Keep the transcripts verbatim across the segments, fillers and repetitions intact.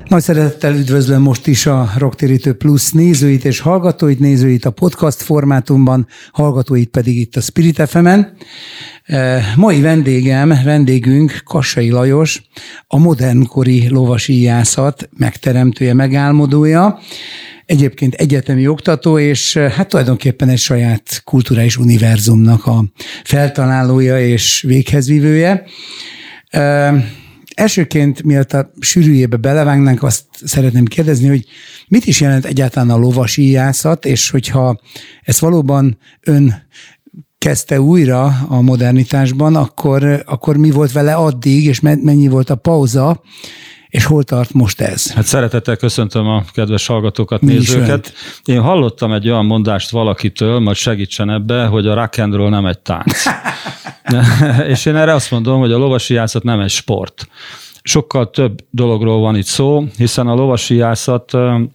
Nagy szeretettel üdvözlöm most is a Rocktérítő Plus nézőit és hallgatóit, nézőit a podcast formátumban, hallgatóit pedig itt a Spirit ef emen. Mai vendégem, vendégünk Kassai Lajos, a modernkori lovasíjászat megteremtője, megálmodója, egyébként egyetemi oktató, és hát tulajdonképpen egy saját kulturális univerzumnak a feltalálója és véghezvívője. Elsőként, mielőtt a sűrűjébe belevágnánk, azt szeretném kérdezni, hogy mit is jelent egyáltalán a lovasíjászat, és hogyha ezt valóban ön kezdte újra a modernitásban, akkor, akkor mi volt vele addig, és mennyi volt a pauza, és hol tart most ez? Hát szeretettel köszöntöm a kedves hallgatókat, Mi nézőket. Én hallottam egy olyan mondást valakitől, majd segítsen ebbe, hogy a rock and roll nem egy tánc. És én erre azt mondom, hogy a lovasíjászat nem egy sport. Sokkal több dologról van itt szó, hiszen a lovasíjászat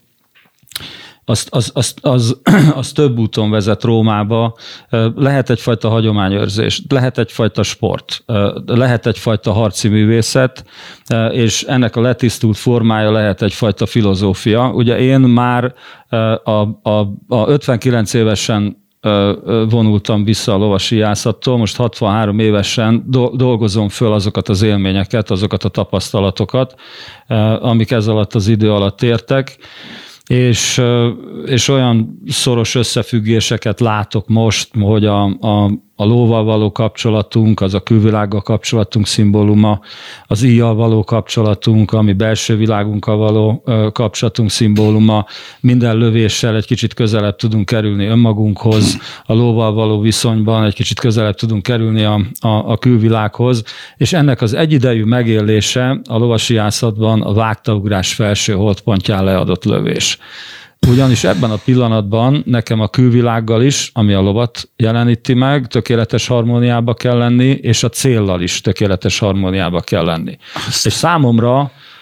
az, az, az, az, az több úton vezet Rómába. Lehet egyfajta hagyományőrzés, lehet egyfajta sport, lehet egyfajta harci művészet, és ennek a letisztult formája lehet egyfajta filozófia. Ugye én már a, a, a ötvenkilenc évesen vonultam vissza a lovasíjászattól, most hatvanhárom évesen dolgozom föl azokat az élményeket, azokat a tapasztalatokat, amik ez alatt az idő alatt értek, és, és olyan szoros összefüggéseket látok most, hogy a, a, a lóval való kapcsolatunk, az a külvilággal kapcsolatunk szimbóluma, az íjjal való kapcsolatunk, ami belső világunkkal való kapcsolatunk szimbóluma, minden lövéssel egy kicsit közelebb tudunk kerülni önmagunkhoz, a lóval való viszonyban egy kicsit közelebb tudunk kerülni a, a, a külvilághoz, és ennek az egyidejű megélése a lovasíjászatban a vágtaugrás felső holdpontján leadott lövés. Ugyanis ebben a pillanatban nekem a külvilággal is, ami a lovat jeleníti meg, tökéletes harmóniába kell lenni, és a céllal is tökéletes harmóniába kell lenni. Azt. És számomra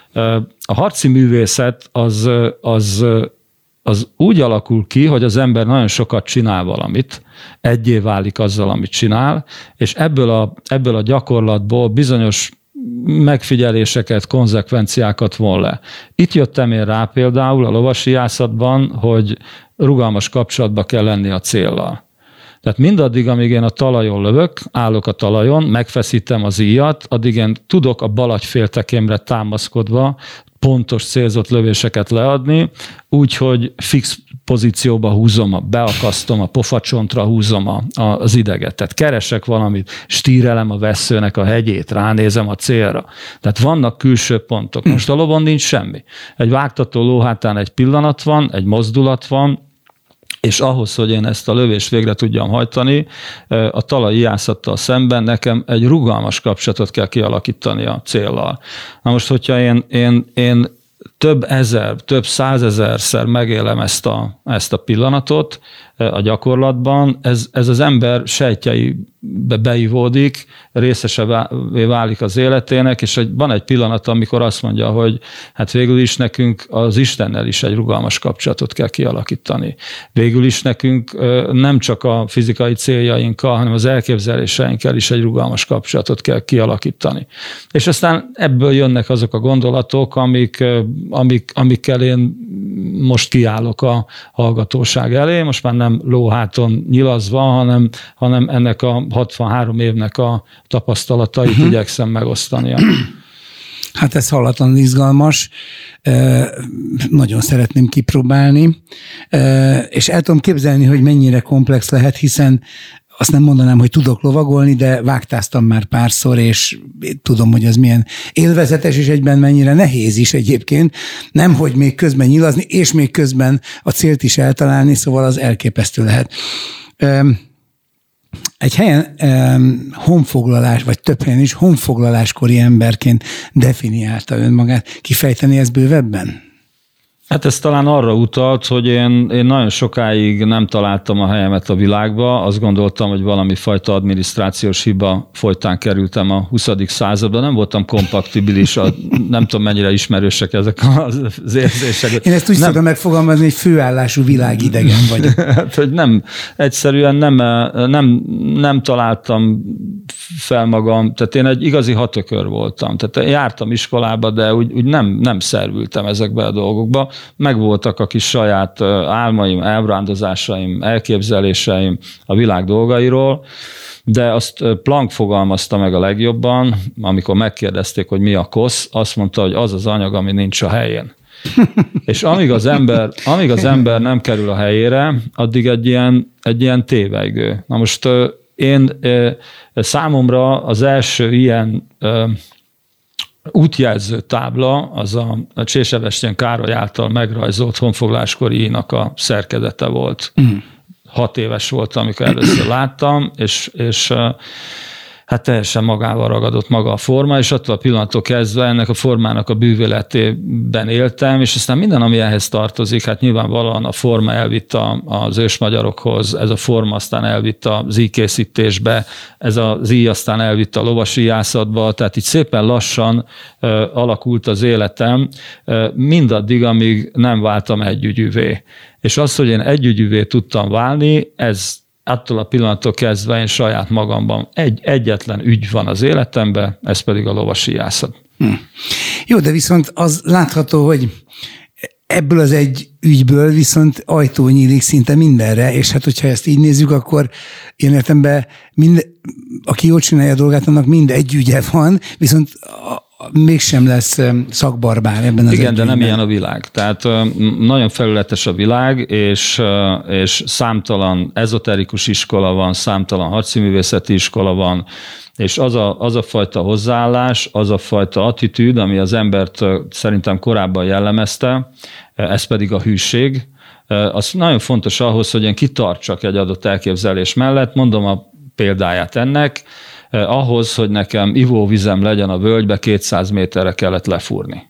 a harci művészet az, az, az úgy alakul ki, hogy az ember nagyon sokat csinál valamit, egyé válik azzal, amit csinál, és ebből a, ebből a gyakorlatból bizonyos megfigyeléseket, konzekvenciákat von le. Itt jöttem én rá például a lovasíjászatban, hogy rugalmas kapcsolatba kell lenni a céllal. Tehát mindaddig, amíg én a talajon lövök, állok a talajon, megfeszítem az íjat, addig én tudok a balagyféltekémre támaszkodva pontos célzott lövéseket leadni, úgyhogy fix pozícióba húzom, a, beakasztom, a pofacsontra húzom a, a, az ideget. Tehát keresek valamit, stírelem a vesszőnek a hegyét, ránézem a célra. Tehát vannak külső pontok. Most a lovon nincs semmi. Egy vágtató lóhátán egy pillanat van, egy mozdulat van, és ahhoz, hogy én ezt a lövést végre tudjam hajtani, a talajíjászattal szemben nekem egy rugalmas kapcsolatot kell kialakítani a céllal. Na most, hogyha én, én, én több ezer, több százezerszer megélem ezt a, ezt a pillanatot a gyakorlatban, ez, ez az ember sejtjeibe beivódik, részesebbé válik az életének, és van egy pillanat, amikor azt mondja, hogy hát végül is nekünk az Istennel is egy rugalmas kapcsolatot kell kialakítani. Végül is nekünk nem csak a fizikai céljainkkal, hanem az elképzeléseinkkel is egy rugalmas kapcsolatot kell kialakítani. És aztán ebből jönnek azok a gondolatok, amik, amik, amikkel én most kiállok a hallgatóság elé, most már nem lóháton nyilazva, hanem, hanem ennek a hatvanhárom évnek a tapasztalatait uh-huh. igyekszem megosztania. Hát ez hallatlanul izgalmas, nagyon szeretném kipróbálni, és el tudom képzelni, hogy mennyire komplex lehet, hiszen azt nem mondanám, hogy tudok lovagolni, de vágtáztam már párszor, és tudom, hogy az milyen élvezetes, és egyben mennyire nehéz is egyébként. Nem, hogy még közben nyilazni, és még közben a célt is eltalálni, szóval az elképesztő lehet. Egy helyen honfoglalás, vagy több helyen is honfoglaláskori emberként definiálta önmagát. Kifejteni ezt bővebben? Hát ez talán arra utalt, hogy én, én nagyon sokáig nem találtam a helyemet a világba, azt gondoltam, hogy valami fajta adminisztrációs hiba folytán kerültem a huszadik századba, nem voltam kompatibilis, a, nem tudom mennyire ismerősek ezek az érzések. Én ezt úgy tudom megfogalmazni, hogy főállású világidegen vagyok. Hát, hogy nem, egyszerűen nem, nem, nem találtam fel magam, tehát én egy igazi hatökör voltam. Tehát jártam iskolába, de úgy, úgy nem, nem szervültem ezekbe a dolgokba. Megvoltak a kis saját álmaim, elbrándozásaim, elképzeléseim a világ dolgairól, de azt Planck fogalmazta meg a legjobban, amikor megkérdezték, hogy mi a kosz, azt mondta, hogy az az anyag, ami nincs a helyén. És amíg az ember, amíg az ember nem kerül a helyére, addig egy ilyen, egy ilyen tévejgő. Na most én számomra az első ilyen útjelző tábla az a, a Csésebestyén Károly által megrajzolt honfogláskori íjnak a szerkezete volt. Mm. Hat éves voltam, amikor először láttam, és, és hát teljesen magával ragadott maga a forma, és attól a pillanattól kezdve ennek a formának a bűvöletében éltem, és aztán minden, ami ehhez tartozik, hát nyilvánvalóan a forma elvitt az ősmagyarokhoz, ez a forma aztán elvitt az íjkészítésbe, ez az íj aztán elvitt a lovasíjászatba, tehát így szépen lassan uh, alakult az életem, uh, mindaddig, amíg nem váltam együgyűvé. És az, hogy én együgyűvé tudtam válni, ez attól a pillanattól kezdve én saját magamban egy, egyetlen ügy van az életemben, ez pedig a lovasíjászat. Hm. Jó, de viszont az látható, hogy ebből az egy ügyből viszont ajtó nyílik szinte mindenre, és hát hogyha ezt így nézzük, akkor én értemben, mind, aki jól csinálja a dolgát, annak mind egy ügye van, viszont mégsem lesz szakbarbár ebben az Igen, de nem ilyen a világ. Tehát nagyon felületes a világ, és, és számtalan ezoterikus iskola van, számtalan harciművészeti iskola van, és az a, az a fajta hozzáállás, az a fajta attitűd, ami az embert szerintem korábban jellemezte, ez pedig a hűség, az nagyon fontos ahhoz, hogy én kitartsak egy adott elképzelés mellett. Mondom a példáját ennek, ahhoz, hogy nekem ivóvizem legyen a völgybe, kétszáz méterre kellett lefúrni.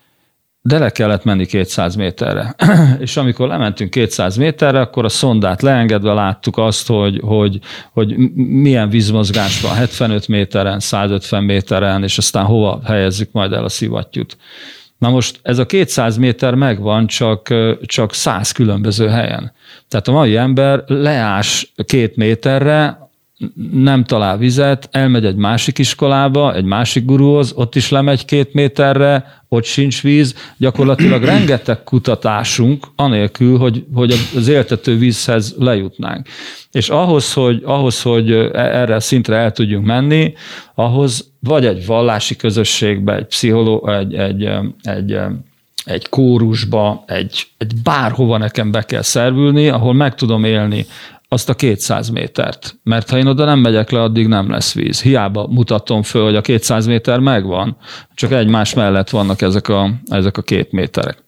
De le kellett menni kétszáz méterre. És amikor lementünk kétszáz méterre, akkor a szondát leengedve láttuk azt, hogy, hogy, hogy milyen vízmozgás van hetvenöt méteren, százötven méteren, és aztán hova helyezzük majd el a szivattyút. Na most ez a kétszáz méter megvan, csak, csak száz különböző helyen. Tehát a mai ember leás két méterre, nem talál vizet, elmegy egy másik iskolába, egy másik guruhoz, ott is lemegy két méterre, ott sincs víz. Gyakorlatilag rengeteg kutatásunk, anélkül, hogy, hogy az éltető vízhez lejutnánk. És ahhoz, hogy, ahhoz, hogy erre a szintre el tudjunk menni, ahhoz vagy egy vallási közösségbe, egy pszicholó, egy, egy, egy, egy kórusba, egy, egy bárhova nekem be kell szervülni, ahol meg tudom élni azt a kétszáz métert. Mert ha én oda nem megyek le, addig nem lesz víz. Hiába mutatom föl, hogy a kétszáz méter megvan, csak egymás mellett vannak ezek a, ezek a két méterek.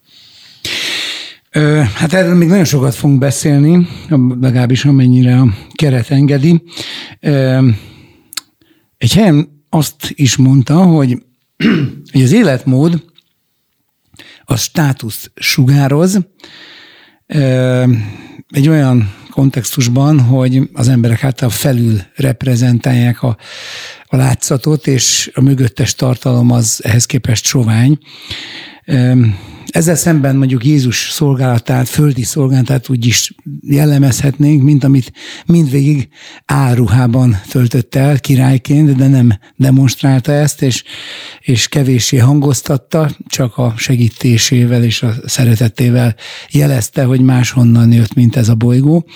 Ö, hát erről még nagyon sokat fogunk beszélni, legalábbis amennyire a keret engedi. Ö, egy helyen azt is mondta, hogy, hogy az életmód az státuszt sugároz, ö, egy olyan kontextusban, hogy az emberek által felül reprezentálják a, a látszatot, és a mögöttes tartalom az ehhez képest sovány. Ezzel szemben mondjuk Jézus szolgálatát, földi szolgálatát úgy is jellemezhetnénk, mint amit mindvégig álruhában töltött el királyként, de nem demonstrálta ezt, és, és kevéssé hangoztatta, csak a segítésével és a szeretetével jelezte, hogy máshonnan jött, mint ez a bolygó.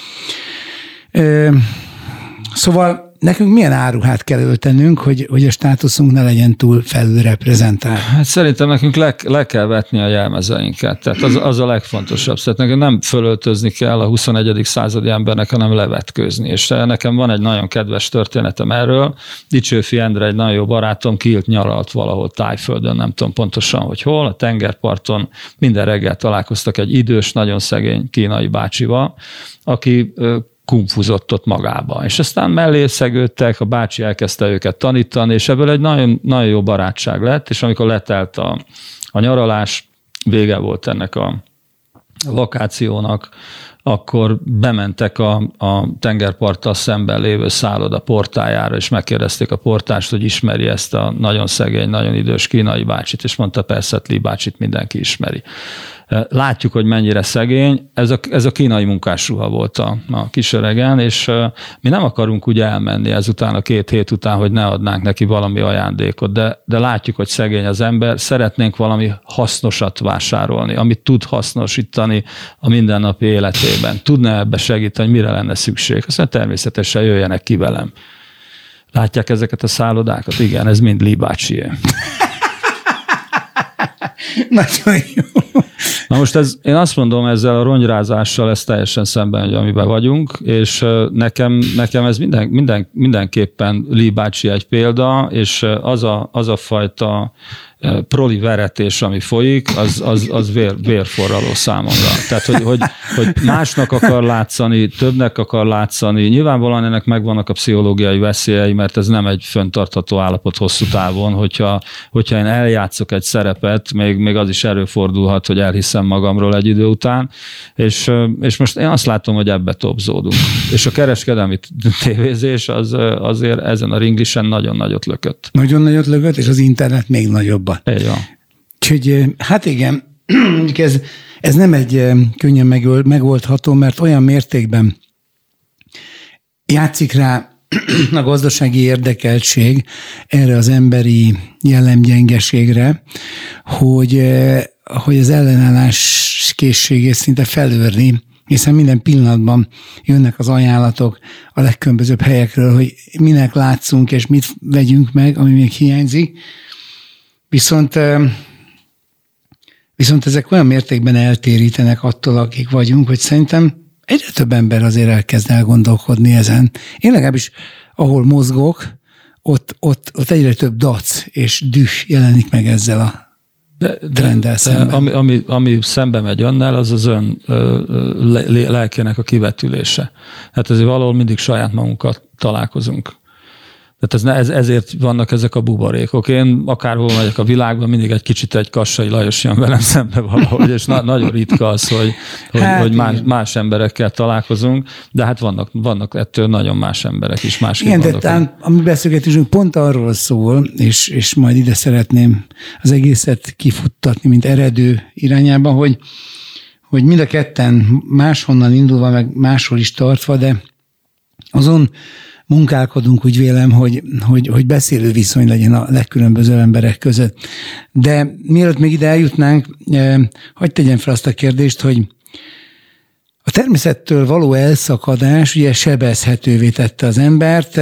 Szóval nekünk milyen áruhát kell öltenünk, hogy, hogy a státuszunk ne legyen túl felülreprezentált? Hát szerintem nekünk le, le kell vetni a jelmezeinket. Tehát az, az a legfontosabb. Szóval nekünk nem fölöltözni kell a huszonegyedik századi embernek, hanem levetkőzni. És nekem van egy nagyon kedves történetem erről. Dicsőfi Endre, egy nagyon jó barátom, kiilt nyaralt valahol Tájföldön, nem tudom pontosan, hogy hol, a tengerparton. Minden reggel találkoztak egy idős, nagyon szegény kínai bácsival, aki kumfuzott ott magába. És aztán mellé szegődtek, a bácsi elkezdte őket tanítani, és ebből egy nagyon, nagyon jó barátság lett, és amikor letelt a, a nyaralás, vége volt ennek a vakációnak, akkor bementek a, a tengerparttal szemben lévő szálloda portájára, és megkérdezték a portást, hogy ismeri ezt a nagyon szegény, nagyon idős kínai bácsit, és mondta, persze, Li bácsit mindenki ismeri. Látjuk, hogy mennyire szegény. Ez a, ez a kínai munkásruha volt a, a kisöregen, és mi nem akarunk úgy elmenni ezután a két hét után, hogy ne adnánk neki valami ajándékot, de, de látjuk, hogy szegény az ember, szeretnénk valami hasznosat vásárolni, amit tud hasznosítani a mindennapi életében. Tudna ebbe segíteni, mire lenne szükség. Aztán természetesen jöjjenek ki velem. Látják ezeket a szállodákat? Igen, ez mind Lee bácsié. Nagyon jó. Na most ez, én azt mondom, ezzel a rongyrázással ez teljesen szemben, hogy amiben vagyunk, és nekem, nekem ez minden, minden, mindenképpen Lee bácsi egy példa, és az a, az a fajta proli veretés, ami folyik, az, az, az vér, vérforraló számomra. Tehát, hogy, hogy, hogy másnak akar látszani, többnek akar látszani. Nyilvánvalóan ennek megvannak a pszichológiai veszélyei, mert ez nem egy fenntartható állapot hosszú távon. Hogyha, hogyha én eljátszok egy szerepet, még, még az is előfordulhat, hogy elhiszem magamról egy idő után, és, és most én azt látom, hogy ebbe topzódunk. És a kereskedelmi tévézés az, azért ezen a ringlisen nagyon nagyot lökött. Nagyon nagyot lökött, és az internet még nagyobb. Úgyhogy hát igen, ez, ez nem egy könnyen megoldható, mert olyan mértékben játszik rá a gazdasági érdekeltség erre az emberi jellemgyengeségre, hogy, hogy az ellenállás készségét szinte felőrni, hiszen minden pillanatban jönnek az ajánlatok a legkülönbözőbb helyekről, hogy minek látszunk és mit vegyünk meg, ami még hiányzik. Viszont, viszont ezek olyan mértékben eltérítenek attól, akik vagyunk, hogy szerintem egyre több ember azért elkezd elgondolkodni ezen. Én legalábbis, ahol mozgok, ott, ott, ott egyre több dac és düh jelenik meg ezzel a trenddel szemben. Ami, ami, ami szembe megy önnel, az az ön lelkének a kivetülése. Hát ezért valahol mindig saját magunkat találkozunk. Tehát ez, ezért vannak ezek a buborékok. Én akárhol megyek a világban, mindig egy kicsit egy Kassai Lajos jön velem szembe valahogy, és na, nagyon ritka az, hogy, hogy, hát, hogy más, más emberekkel találkozunk, de hát vannak, vannak ettől nagyon más emberek is. Más igen, de talán a mi beszélgetésünk pont arról szól, és, és majd ide szeretném az egészet kifuttatni, mint eredő irányába, hogy, hogy mind a ketten máshonnan indulva, meg máshol is tartva, de azon munkálkodunk, úgy vélem, hogy, hogy, hogy beszélő viszony legyen a legkülönbözőbb emberek között. De mielőtt még ide eljutnánk, hadd tegyem fel azt a kérdést, hogy a természettől való elszakadás ugye sebezhetővé tette az embert,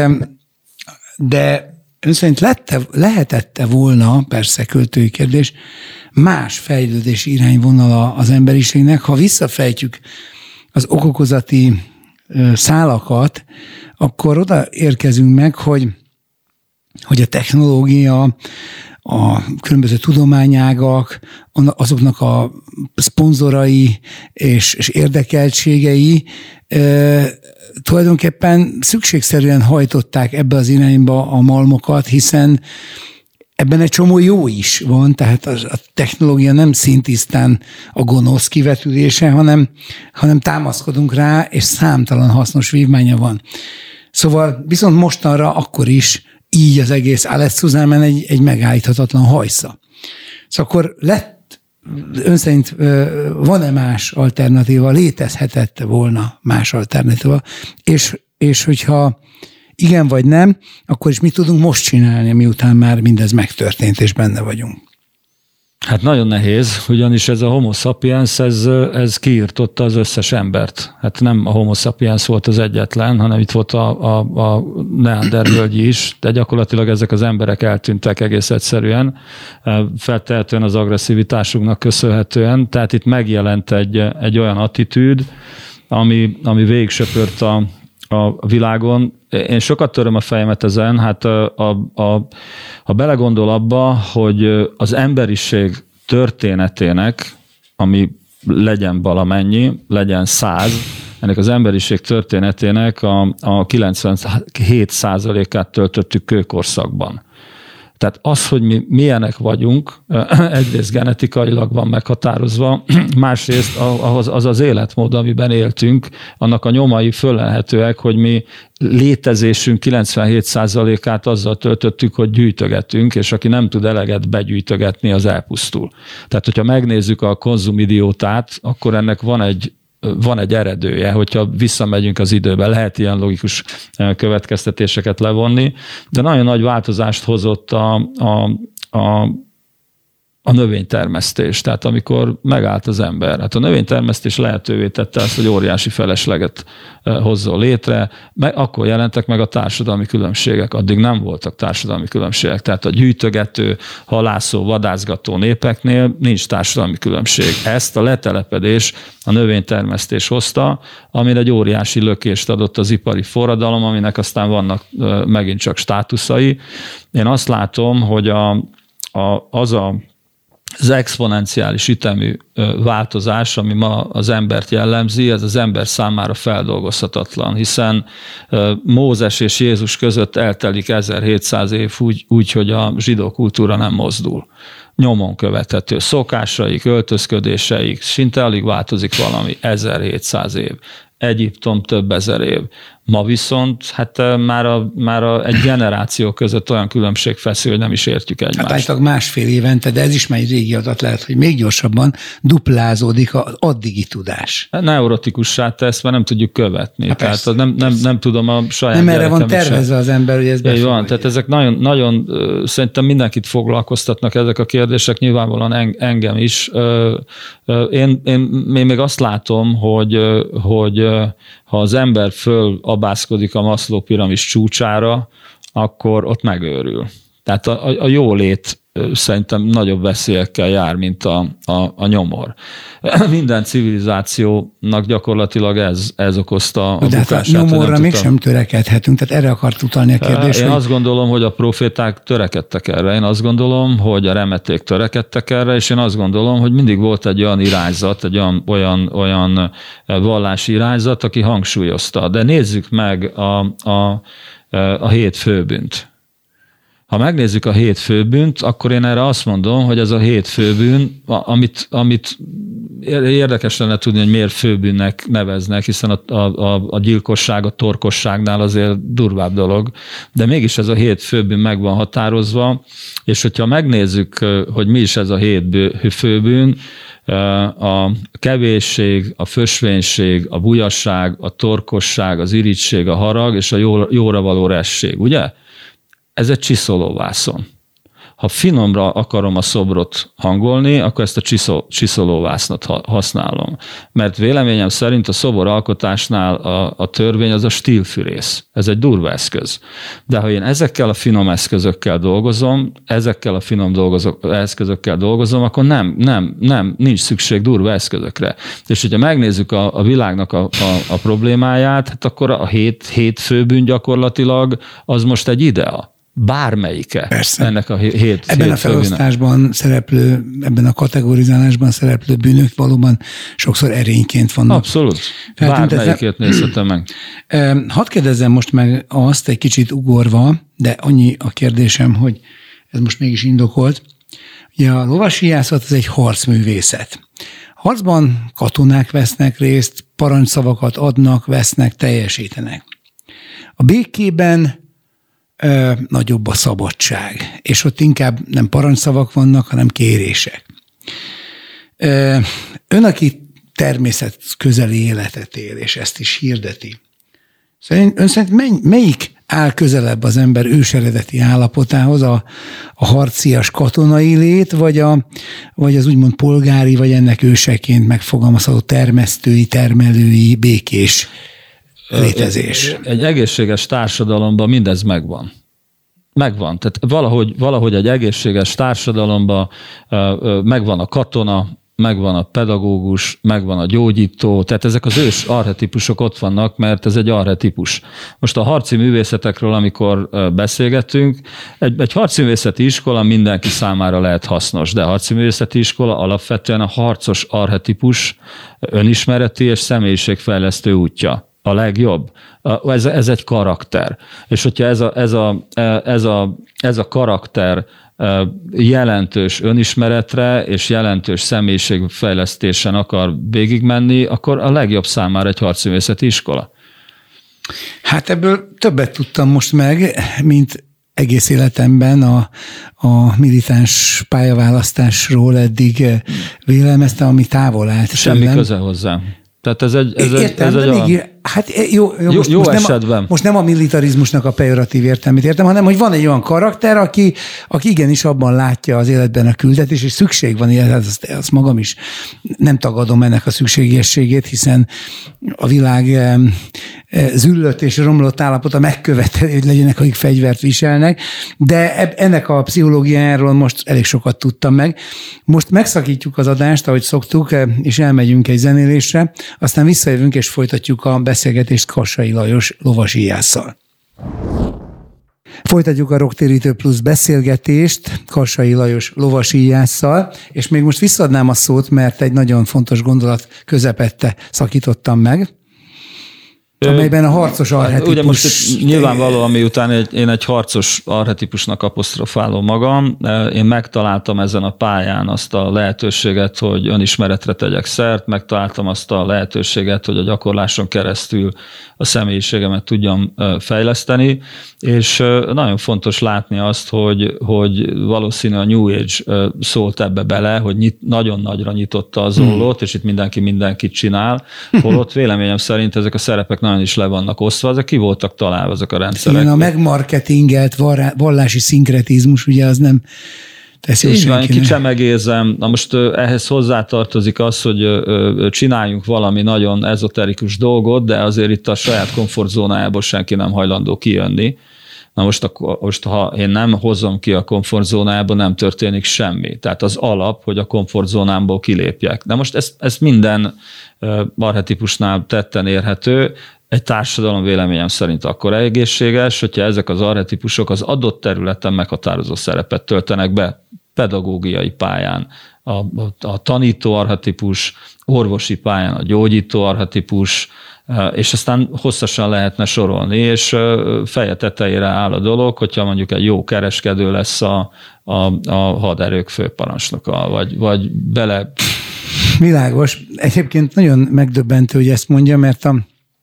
de ön szerint lette, lehetette volna, persze költői kérdés, más fejlődési irányvonala az emberiségnek, ha visszafejtjük az okokozati szálakat, akkor oda érkezünk meg, hogy, hogy a technológia, a különböző tudományágak, azoknak a szponzorai és, és érdekeltségei e, tulajdonképpen szükségszerűen hajtották ebbe az irányba a malmokat, hiszen ebben egy csomó jó is van, tehát a technológia nem szintisztán a gonosz kivetülése, hanem, hanem támaszkodunk rá, és számtalan hasznos vívmánya van. Szóval viszont mostanra akkor is így az egész Alesszuzámen egy, egy megállíthatatlan hajsza. Szóval akkor lett, ön szerint van-e más alternatíva, létezhetett volna más alternatíva, és, és hogyha igen vagy nem, akkor is mit tudunk most csinálni, miután már mindez megtörtént, és benne vagyunk? Hát nagyon nehéz, ugyanis ez a homo sapiens, ez, ez kiirtotta az összes embert. Hát nem a homo sapiens volt az egyetlen, hanem itt volt a, a, a neandervölgyi is, de gyakorlatilag ezek az emberek eltűntek egész egyszerűen, feltehetően az agresszivitásunknak köszönhetően. Tehát itt megjelent egy, egy olyan attitűd, ami, ami végigsöpört a a világon. Én sokat töröm a fejemet ezen, hát a, a, a, ha belegondol abba, hogy az emberiség történetének, ami legyen valamennyi, legyen száz, ennek az emberiség történetének a, a kilencvenhét százalékát töltöttük kőkorszakban. Tehát az, hogy mi milyenek vagyunk, egyrészt genetikailag van meghatározva, másrészt az az, az életmód, amiben éltünk, annak a nyomai fölelhetőek, hogy mi létezésünk kilencvenhét százalékát azzal töltöttük, hogy gyűjtögetünk, és aki nem tud eleget begyűjtögetni, az elpusztul. Tehát, hogyha megnézzük a konzumidiótát, akkor ennek van egy van egy eredője, hogyha visszamegyünk az időbe, lehet ilyen logikus következtetéseket levonni, de nagyon nagy változást hozott a, a, a, a növénytermesztés. Tehát amikor megállt az ember, hát a növénytermesztés lehetővé tette azt, hogy óriási felesleget hozzon létre, meg akkor jelentek meg a társadalmi különbségek, addig nem voltak társadalmi különbségek. Tehát a gyűjtögető, halászó, vadászgató népeknél nincs társadalmi különbség. Ezt a letelepedés, a növénytermesztés hozta, amire egy óriási lökést adott az ipari forradalom, aminek aztán vannak megint csak státuszai. Én azt látom, hogy a, a, az a az exponenciális ütemű változás, ami ma az embert jellemzi, ez az ember számára feldolgozhatatlan, hiszen Mózes és Jézus között eltelik ezerhétszáz év úgy, úgy, hogy a zsidó kultúra nem mozdul. Nyomon követhető szokásaik, öltözködéseik, szinte alig változik valami, ezerhétszáz év. Egyiptom több ezer év. Ma viszont hát már, a, már a, egy generáció között olyan különbség feszül, hogy nem is értjük egymást. Hát állítólag másfél évente, de ez is már egy régi adat lehet, hogy még gyorsabban duplázódik az addigi tudás. Neurotikussá tesz, mert nem tudjuk követni. Hát tehát persze, nem, nem, nem tudom a saját nem erre van tervezve sem. Az ember, hogy ez befogadja. Van, tehát ezek nagyon, nagyon, szerintem mindenkit foglalkoztatnak ezek a kérdések, nyilvánvalóan engem is. Én, én, én még azt látom, hogy, hogy ha az ember fölabászkodik a Maslow piramis csúcsára, akkor ott megőrül. Tehát a, a, a jólét szerintem nagyobb veszélyekkel jár, mint a, a, a nyomor. Minden civilizációnak gyakorlatilag ez, ez okozta a de bukását. De hát a nyomorra mégsem törekedhetünk, tehát erre akart utalni a kérdés. Én hogy... azt gondolom, hogy a proféták törekedtek erre. Én azt gondolom, hogy a remeték törekedtek erre, és én azt gondolom, hogy mindig volt egy olyan irányzat, egy olyan, olyan, olyan vallási irányzat, aki hangsúlyozta. De nézzük meg a, a, a hét főbűnt. Ha megnézzük a hét főbűnt, akkor én erre azt mondom, hogy ez a hét főbűn, amit, amit érdekes lenne tudni, hogy miért főbűnnek neveznek, hiszen a, a, a gyilkosság, a torkosságnál azért durvább dolog, de mégis ez a hét főbűn meg van határozva, és hogyha megnézzük, hogy mi is ez a hét főbűn, a kevésség, a fösvénység, a bujasság, a torkosság, az irigység, a harag és a jóra való resség, ugye? Ez egy csiszolóvászon. Ha finomra akarom a szobrot hangolni, akkor ezt a csiszol, csiszolóvásznat használom. Mert véleményem szerint a szobor alkotásnál a, a törvény az a stílfűrész. Ez egy durva eszköz. De ha én ezekkel a finom eszközökkel dolgozom, ezekkel a finom dolgozok, eszközökkel dolgozom, akkor nem, nem, nem, nincs szükség durva eszközökre. És hogyha megnézzük a, a világnak a, a, a problémáját, hát akkor a hét, hét főbűn gyakorlatilag az most egy idea. Bármelyike Persze. ennek a hét Ebben hét a felosztásban főbűnök. szereplő, ebben a kategorizálásban szereplő bűnök valóban sokszor erényként vannak. Abszolút. Bármelyikét nézhetem meg. Hadd kérdezzem most meg azt egy kicsit ugorva, de annyi a kérdésem, hogy ez most mégis indokolt. Ugye a lovasíjászat az egy harcművészet. Harcban katonák vesznek részt, parancsszavakat adnak, vesznek, teljesítenek. A békében Ö, nagyobb a szabadság, és ott inkább nem parancsszavak vannak, hanem kérések. Ö, ön, aki természet közeli életet él, és ezt is hirdeti, szerint, ön szerint mely, melyik áll közelebb az ember őseredeti állapotához, a, a harcias katonai lét, vagy, a, vagy az úgymond polgári, vagy ennek őseként megfogalmazható termesztői, termelői, békés létezés? Egy egészséges társadalomban mindez megvan. Megvan. Tehát valahogy, valahogy egy egészséges társadalomban megvan a katona, megvan a pedagógus, megvan a gyógyító, tehát ezek az ős archetípusok ott vannak, mert ez egy archetípus. Most a harci művészetekről, amikor beszélgetünk, egy, egy harci művészeti iskola mindenki számára lehet hasznos, de a harci művészeti iskola alapvetően a harcos archetípus önismereti és személyiségfejlesztő útja. a legjobb. Ez, ez egy karakter. És hogyha ez a, ez a, ez a, ez a karakter jelentős önismeretre és jelentős személyiségfejlesztésen akar végigmenni, akkor a legjobb számára egy harcművészeti iskola. Hát ebből többet tudtam most meg, mint egész életemben a, a militáns pályaválasztásról eddig vélelmeztem, ami távol állt. Semmi tőlem. Köze hozzá. Tehát ez egy, ez Értem, egy, ez de egy még, olyan... hát jó, jó, most, jó most, esetben. Nem a, most nem a militarizmusnak a pejoratív értelmét értem, hanem hogy van egy olyan karakter, aki, aki igenis abban látja az életben a küldetés, és szükség van, illetve azt, azt magam is nem tagadom ennek a szükségességét, hiszen a világ züllött és romlott állapota megköveteli, hogy legyenek, akik fegyvert viselnek, de ennek a pszichológiájáról most elég sokat tudtam meg. Most megszakítjuk az adást, ahogy szoktuk, és elmegyünk egy zenélésre, aztán visszajövünk és folytatjuk a beszélgetést Kassai Lajos lovasíjásszal. Folytatjuk a Rocktérítő Plusz beszélgetést Kassai Lajos lovasíjásszal, és még most visszaadnám a szót, mert egy nagyon fontos gondolat közepette szakítottam meg, amelyben a harcos archetipus... Ugye most nyilvánvalóan, miután egy, én egy harcos archetipusnak apostrofálom magam, én megtaláltam ezen a pályán azt a lehetőséget, hogy önismeretre tegyek szert, megtaláltam azt a lehetőséget, hogy a gyakorláson keresztül a személyiségemet tudjam fejleszteni, és nagyon fontos látni azt, hogy, hogy valószínű a New Age szólt ebbe bele, hogy nyit, nagyon nagyra nyitotta az ollót, és itt mindenki mindenkit csinál, holott véleményem szerint ezek a szerepek nagyon is le vannak osztva, ezek ki voltak találva ezek a rendszerek. Igen, a megmarketingelt vallási szinkretizmus, ugye az nem teszi így van, kicsemegézem. Na most ehhez hozzátartozik az, hogy csináljunk valami nagyon ezoterikus dolgot, de azért itt a saját komfortzónájából senki nem hajlandó kijönni. Na most, akkor, most, ha én nem hozom ki a komfortzónájából, nem történik semmi. Tehát az alap, hogy a komfortzónámból kilépjek. De most ezt, ezt minden archetipusnál tetten érhető. Egy társadalom véleményem szerint akkor egészséges, hogyha ezek az archetipusok az adott területen meghatározó szerepet töltenek be pedagógiai pályán. A, a, a tanító archetipus, orvosi pályán a gyógyító archetipus, és aztán hosszasan lehetne sorolni, és feje tetejére áll a dolog, hogyha mondjuk egy jó kereskedő lesz a, a, a haderők főparancsnoka, vagy, vagy bele... Világos. Egyébként nagyon megdöbbentő, hogy ezt mondja, mert a,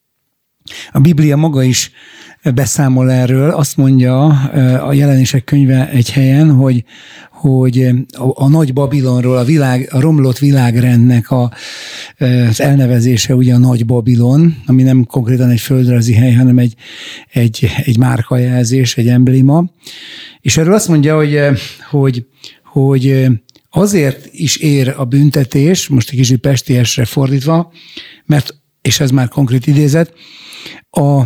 a Biblia maga is beszámol erről. Azt mondja a Jelenések könyve egy helyen, hogy, hogy a, a nagy Babilonról, a, világ, a romlott világrendnek a, az elnevezése ugye a Nagy Babilon, ami nem konkrétan egy földrajzi hely, hanem egy, egy, egy márkajelzés, egy embléma. És erről azt mondja, hogy, hogy, hogy azért is ér a büntetés, most egy kicsit pestiesre fordítva, mert, és ez már konkrét idézet, a,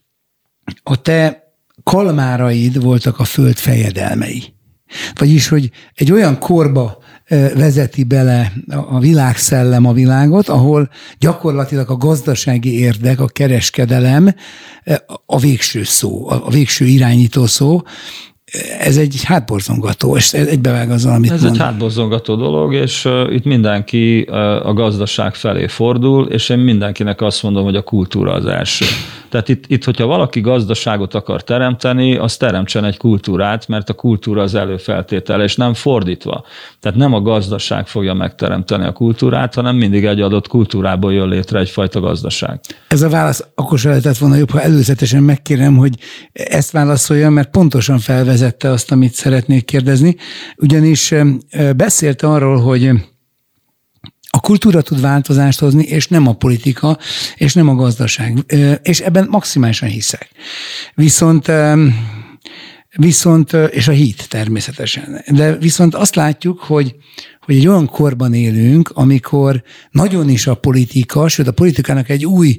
a te kalmáraid voltak a föld fejedelmei. Vagyis, hogy egy olyan korba vezeti bele a világszellem a világot, ahol gyakorlatilag a gazdasági érdek, a kereskedelem a végső szó, a végső irányító szó. Ez egy hátborzongató, és egybevág azzal, amit Ez mond. egy hátborzongató dolog, és uh, itt mindenki uh, a gazdaság felé fordul, és én mindenkinek azt mondom, hogy a kultúra az első. Tehát itt, itt, hogyha valaki gazdaságot akar teremteni, az teremtsen egy kultúrát, mert a kultúra az előfeltétele, és nem fordítva. Tehát nem a gazdaság fogja megteremteni a kultúrát, hanem mindig egy adott kultúrából jön létre egyfajta gazdaság. Ez a válasz akkor se lehetett volna jobb, ha előzetesen megkérem, hogy ezt válaszoljam, mert pontosan felvezette azt, amit szeretnék kérdezni. Ugyanis beszélt arról, hogy a kultúra tud változást hozni, és nem a politika, és nem a gazdaság. És ebben maximálisan hiszek. Viszont, viszont és a hit természetesen. De viszont azt látjuk, hogy, hogy egy olyan korban élünk, amikor nagyon is a politika, sőt a politikának egy új,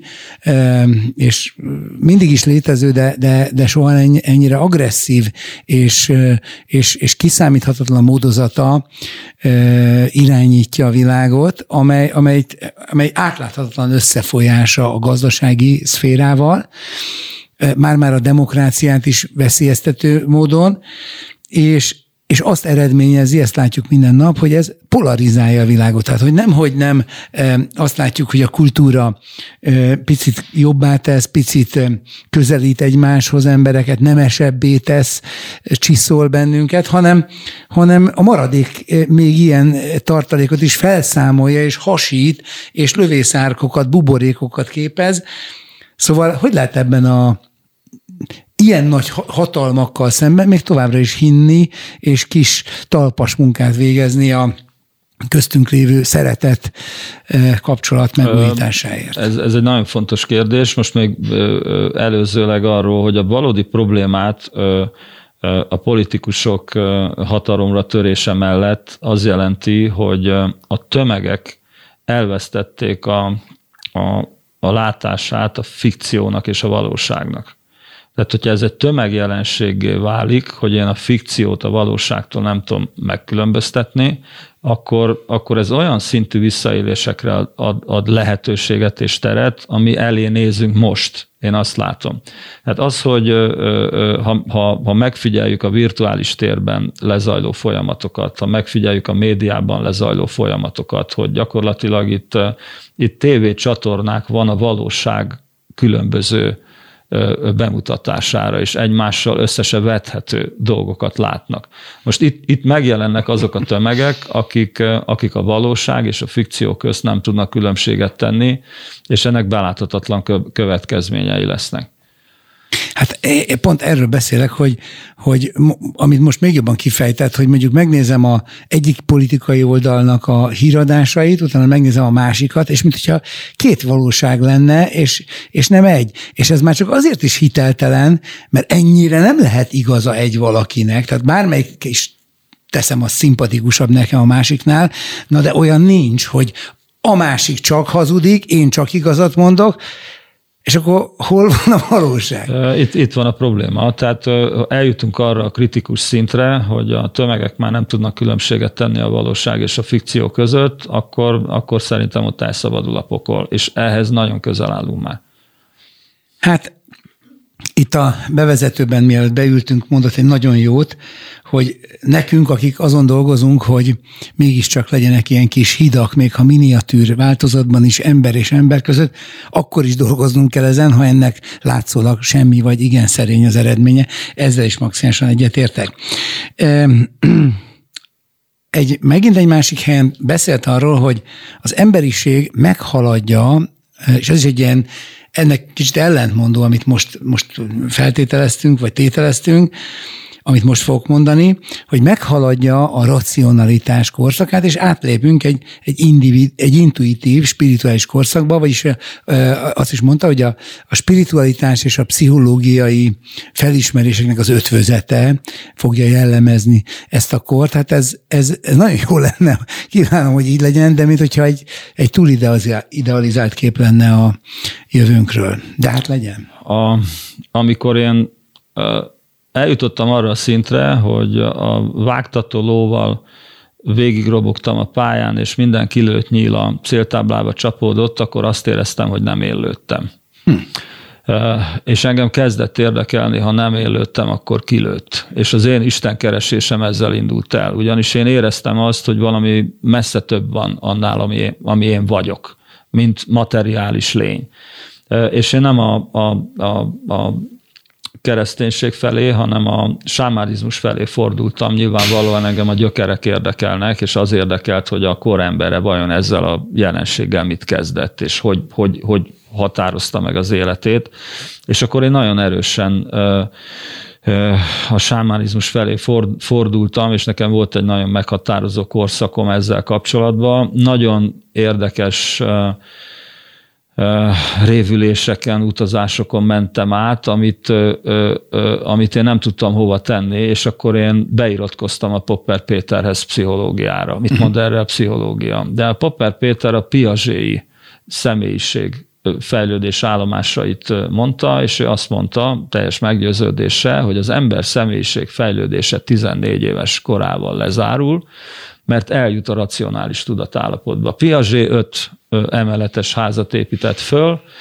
és mindig is létező, de, de, de soha ennyire agresszív és, és, és kiszámíthatatlan módozata irányítja a világot, amely, amely, amely átláthatatlan összefolyása a gazdasági szférával, már-már a demokráciát is veszélyeztető módon, és és azt eredményezi, ezt látjuk minden nap, hogy ez polarizálja a világot. Tehát, hogy nem, hogy nem azt látjuk, hogy a kultúra picit jobbá tesz, picit közelít egymáshoz embereket, nemesebbé tesz, csiszol bennünket, hanem, hanem a maradék még ilyen tartalékot is felszámolja, és hasít, és lövészárkokat, buborékokat képez. Szóval, hogy lehet ebben a ilyen nagy hatalmakkal szemben még továbbra is hinni, és kis talpas munkát végezni a köztünk lévő szeretet kapcsolat megújításáért? Ez, ez egy nagyon fontos kérdés. Most még előzőleg arról, hogy a valódi problémát a politikusok hatalomra törése mellett az jelenti, hogy a tömegek elvesztették a, a, a látását a fikciónak és a valóságnak. Tehát, hogyha ez egy tömegjelenséggé válik, hogy én a fikciót a valóságtól nem tudom megkülönböztetni, akkor, akkor ez olyan szintű visszaélésekre ad, ad lehetőséget és teret, ami elé nézünk most. Én azt látom. Tehát az, hogy ha, ha, ha megfigyeljük a virtuális térben lezajló folyamatokat, ha megfigyeljük a médiában lezajló folyamatokat, hogy gyakorlatilag itt, itt tévécsatornák van a valóság különböző bemutatására, és egymással össze se vethető dolgokat látnak. Most itt, itt megjelennek azok a tömegek, akik, akik a valóság és a fikció közt nem tudnak különbséget tenni, és ennek beláthatatlan következményei lesznek. Hát pont erről beszélek, hogy, hogy amit most még jobban kifejtett, hogy mondjuk megnézem a egyik politikai oldalnak a híradásait, utána megnézem a másikat, és mint hogyha két valóság lenne, és, és nem egy. És ez már csak azért is hiteltelen, mert ennyire nem lehet igaza egy valakinek, tehát bármelyik is teszem, az szimpatikusabb nekem a másiknál, na de olyan nincs, hogy a másik csak hazudik, én csak igazat mondok, és akkor hol van a valóság? Itt, itt van a probléma. Tehát eljutunk arra a kritikus szintre, hogy a tömegek már nem tudnak különbséget tenni a valóság és a fikció között, akkor, akkor szerintem ott elszabadul a pokol, és ehhez nagyon közel állunk már. Hát itt a bevezetőben, mielőtt beültünk, mondott egy nagyon jót, hogy nekünk, akik azon dolgozunk, hogy mégiscsak legyenek ilyen kis hidak, még ha miniatűr változatban is ember és ember között, akkor is dolgoznunk kell ezen, ha ennek látszólag semmi vagy igen szerény az eredménye. Ezzel is maximálisan egyetértek. Egy, megint egy másik helyen beszélt arról, hogy az emberiség meghaladja, és ez is egy ilyen ennek kicsit ellentmondó, amit most, most feltételeztünk, vagy tételeztünk, amit most fogok mondani, hogy meghaladja a racionalitás korszakát, és átlépünk egy, egy, individ, egy intuitív, spirituális korszakba, vagyis azt is mondta, hogy a, a spiritualitás és a pszichológiai felismeréseknek az ötvözete fogja jellemezni ezt a kort. Hát ez, ez, ez nagyon jó lenne, kívánom, hogy így legyen, de mint hogyha egy, egy túl idealizált kép lenne a jövőnkről. De hát legyen. A, amikor én eljutottam arra a szintre, hogy a vágtató lóval végigrobogtam a pályán, és minden kilőtt nyíl a céltáblába csapódott, akkor azt éreztem, hogy nem én lőttem. Hm. És engem kezdett érdekelni, ha nem én lőttem, akkor kilőtt. És az én istenkeresésem ezzel indult el. Ugyanis én éreztem azt, hogy valami messze több van annál, ami én, ami én vagyok, mint materiális lény. És én nem a, a, a, a kereszténység felé, hanem a sámánizmus felé fordultam. Nyilvánvalóan engem a gyökerek érdekelnek, és az érdekelt, hogy a korembere vajon ezzel a jelenséggel mit kezdett, és hogy, hogy, hogy határozta meg az életét. És akkor én nagyon erősen a sámánizmus felé fordultam, és nekem volt egy nagyon meghatározó korszakom ezzel kapcsolatban. Nagyon érdekes révüléseken, utazásokon mentem át, amit, ö, ö, amit én nem tudtam hova tenni, és akkor én beiratkoztam a Popper Péterhez pszichológiára. Mit mond erre a pszichológia? De a Popper Péter a piagéi személyiség fejlődés állomásait mondta, és ő azt mondta teljes meggyőződéssel, hogy az ember személyiség fejlődése tizennégy éves korával lezárul, mert eljut a racionális tudatállapotba. Piaget öt emeletes házat épített föl,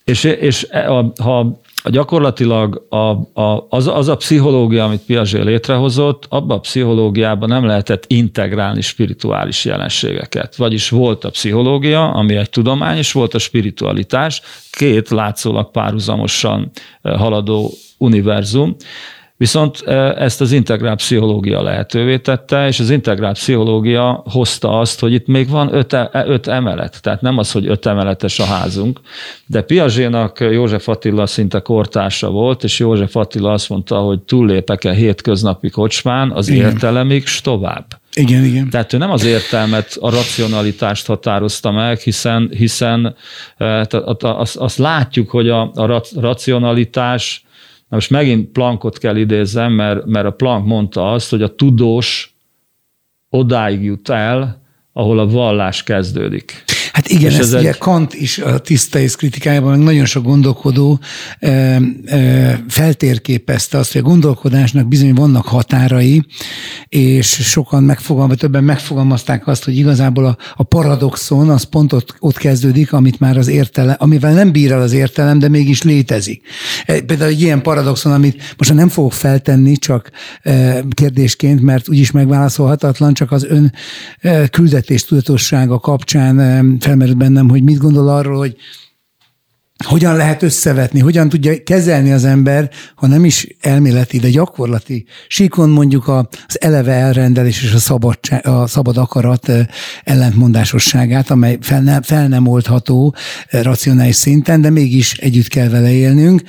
És, és a, ha gyakorlatilag a, a, az, az a pszichológia, amit Piaget létrehozott, abban a pszichológiában nem lehetett integrálni spirituális jelenségeket. Vagyis volt a pszichológia, ami egy tudomány, és volt a spiritualitás, két látszólag párhuzamosan haladó univerzum. Viszont ezt az integrált pszichológia lehetővé tette, és az integrált pszichológia hozta azt, hogy itt még van öt, öt emelet. Tehát nem az, hogy öt emeletes a házunk, de Piagetnak József Attila szinte kortársa volt, és József Attila azt mondta, hogy túllépek-e hétköznapi kocsmán az igen. értelemig, s tovább. Igen, igen. Tehát ő nem az értelmet, a racionalitást határozta meg, hiszen, hiszen azt, azt látjuk, hogy a, a racionalitás. Na most megint Planckot kell idézzem, mert, mert a Planck mondta azt, hogy a tudós odáig jut el, ahol a vallás kezdődik. Hát igen, ezt ez ugye egy... Kant is a tiszta ész kritikájában, meg nagyon sok gondolkodó e, e, feltérképezte azt, hogy a gondolkodásnak bizony vannak határai, és sokan megfogalmazták, többen megfogalmazták azt, hogy igazából a, a paradoxon az pont ott, ott kezdődik, amit már az értelem, amivel nem bír el az értelem, de mégis létezik. Például egy ilyen paradoxon, amit most nem fogok feltenni, csak e, kérdésként, mert úgyis megválaszolhatatlan, csak az ön e, küldetés tudatossága kapcsán e, felmerült bennem, hogy mit gondol arról, hogy hogyan lehet összevetni, hogyan tudja kezelni az ember, ha nem is elméleti, de gyakorlati síkon mondjuk az eleve elrendelés és a, szabadság, a szabad akarat ellentmondásosságát, amely fel, ne, fel nem oldható racionális szinten, de mégis együtt kell vele élnünk.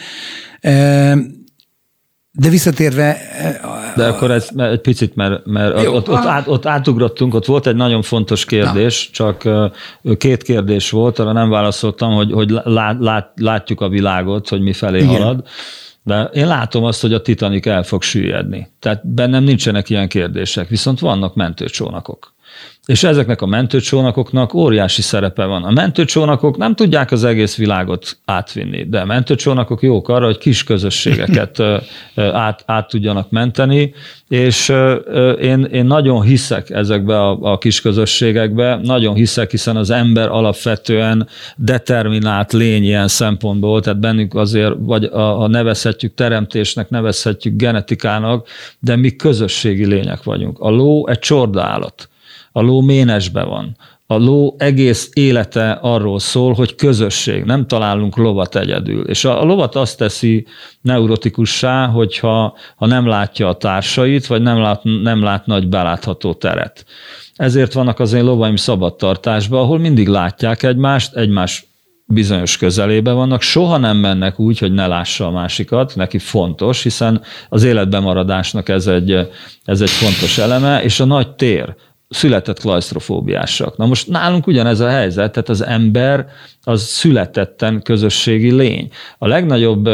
De visszatérve... De akkor ez egy picit, mert, mert jó, ott, ott, át, ott átugrottunk, ott volt egy nagyon fontos kérdés, na. Csak két kérdés volt, arra nem válaszoltam, hogy, hogy lát, lát, látjuk a világot, hogy mi felé igen. halad. De én látom azt, hogy a Titanic el fog süllyedni. Tehát bennem nincsenek ilyen kérdések, viszont vannak mentőcsónakok. És ezeknek a mentőcsónakoknak óriási szerepe van. A mentőcsónakok nem tudják az egész világot átvinni, de a mentőcsónakok jók arra, hogy kis közösségeket át, át tudjanak menteni, és én, én nagyon hiszek ezekbe a, a kis közösségekbe, nagyon hiszek, hiszen az ember alapvetően determinált lény ilyen szempontból, tehát bennünk azért, vagy ha nevezhetjük teremtésnek, nevezhetjük genetikának, de mi közösségi lények vagyunk. A ló egy csordaállat. A ló ménesbe van. A ló egész élete arról szól, hogy közösség. Nem találunk lovat egyedül. És a, a lovat azt teszi neurotikussá, hogyha ha nem látja a társait, vagy nem lát, nem lát nagy belátható teret. Ezért vannak az én lovaim szabadtartásban, ahol mindig látják egymást, egymás bizonyos közelébe vannak, soha nem mennek úgy, hogy ne lássa a másikat, neki fontos, hiszen az életben maradásnak ez egy, ez egy fontos eleme, és a nagy tér. Született klausztrofóbiásak. Na most nálunk ugyanez a helyzet, tehát az ember az születetten közösségi lény. A legnagyobb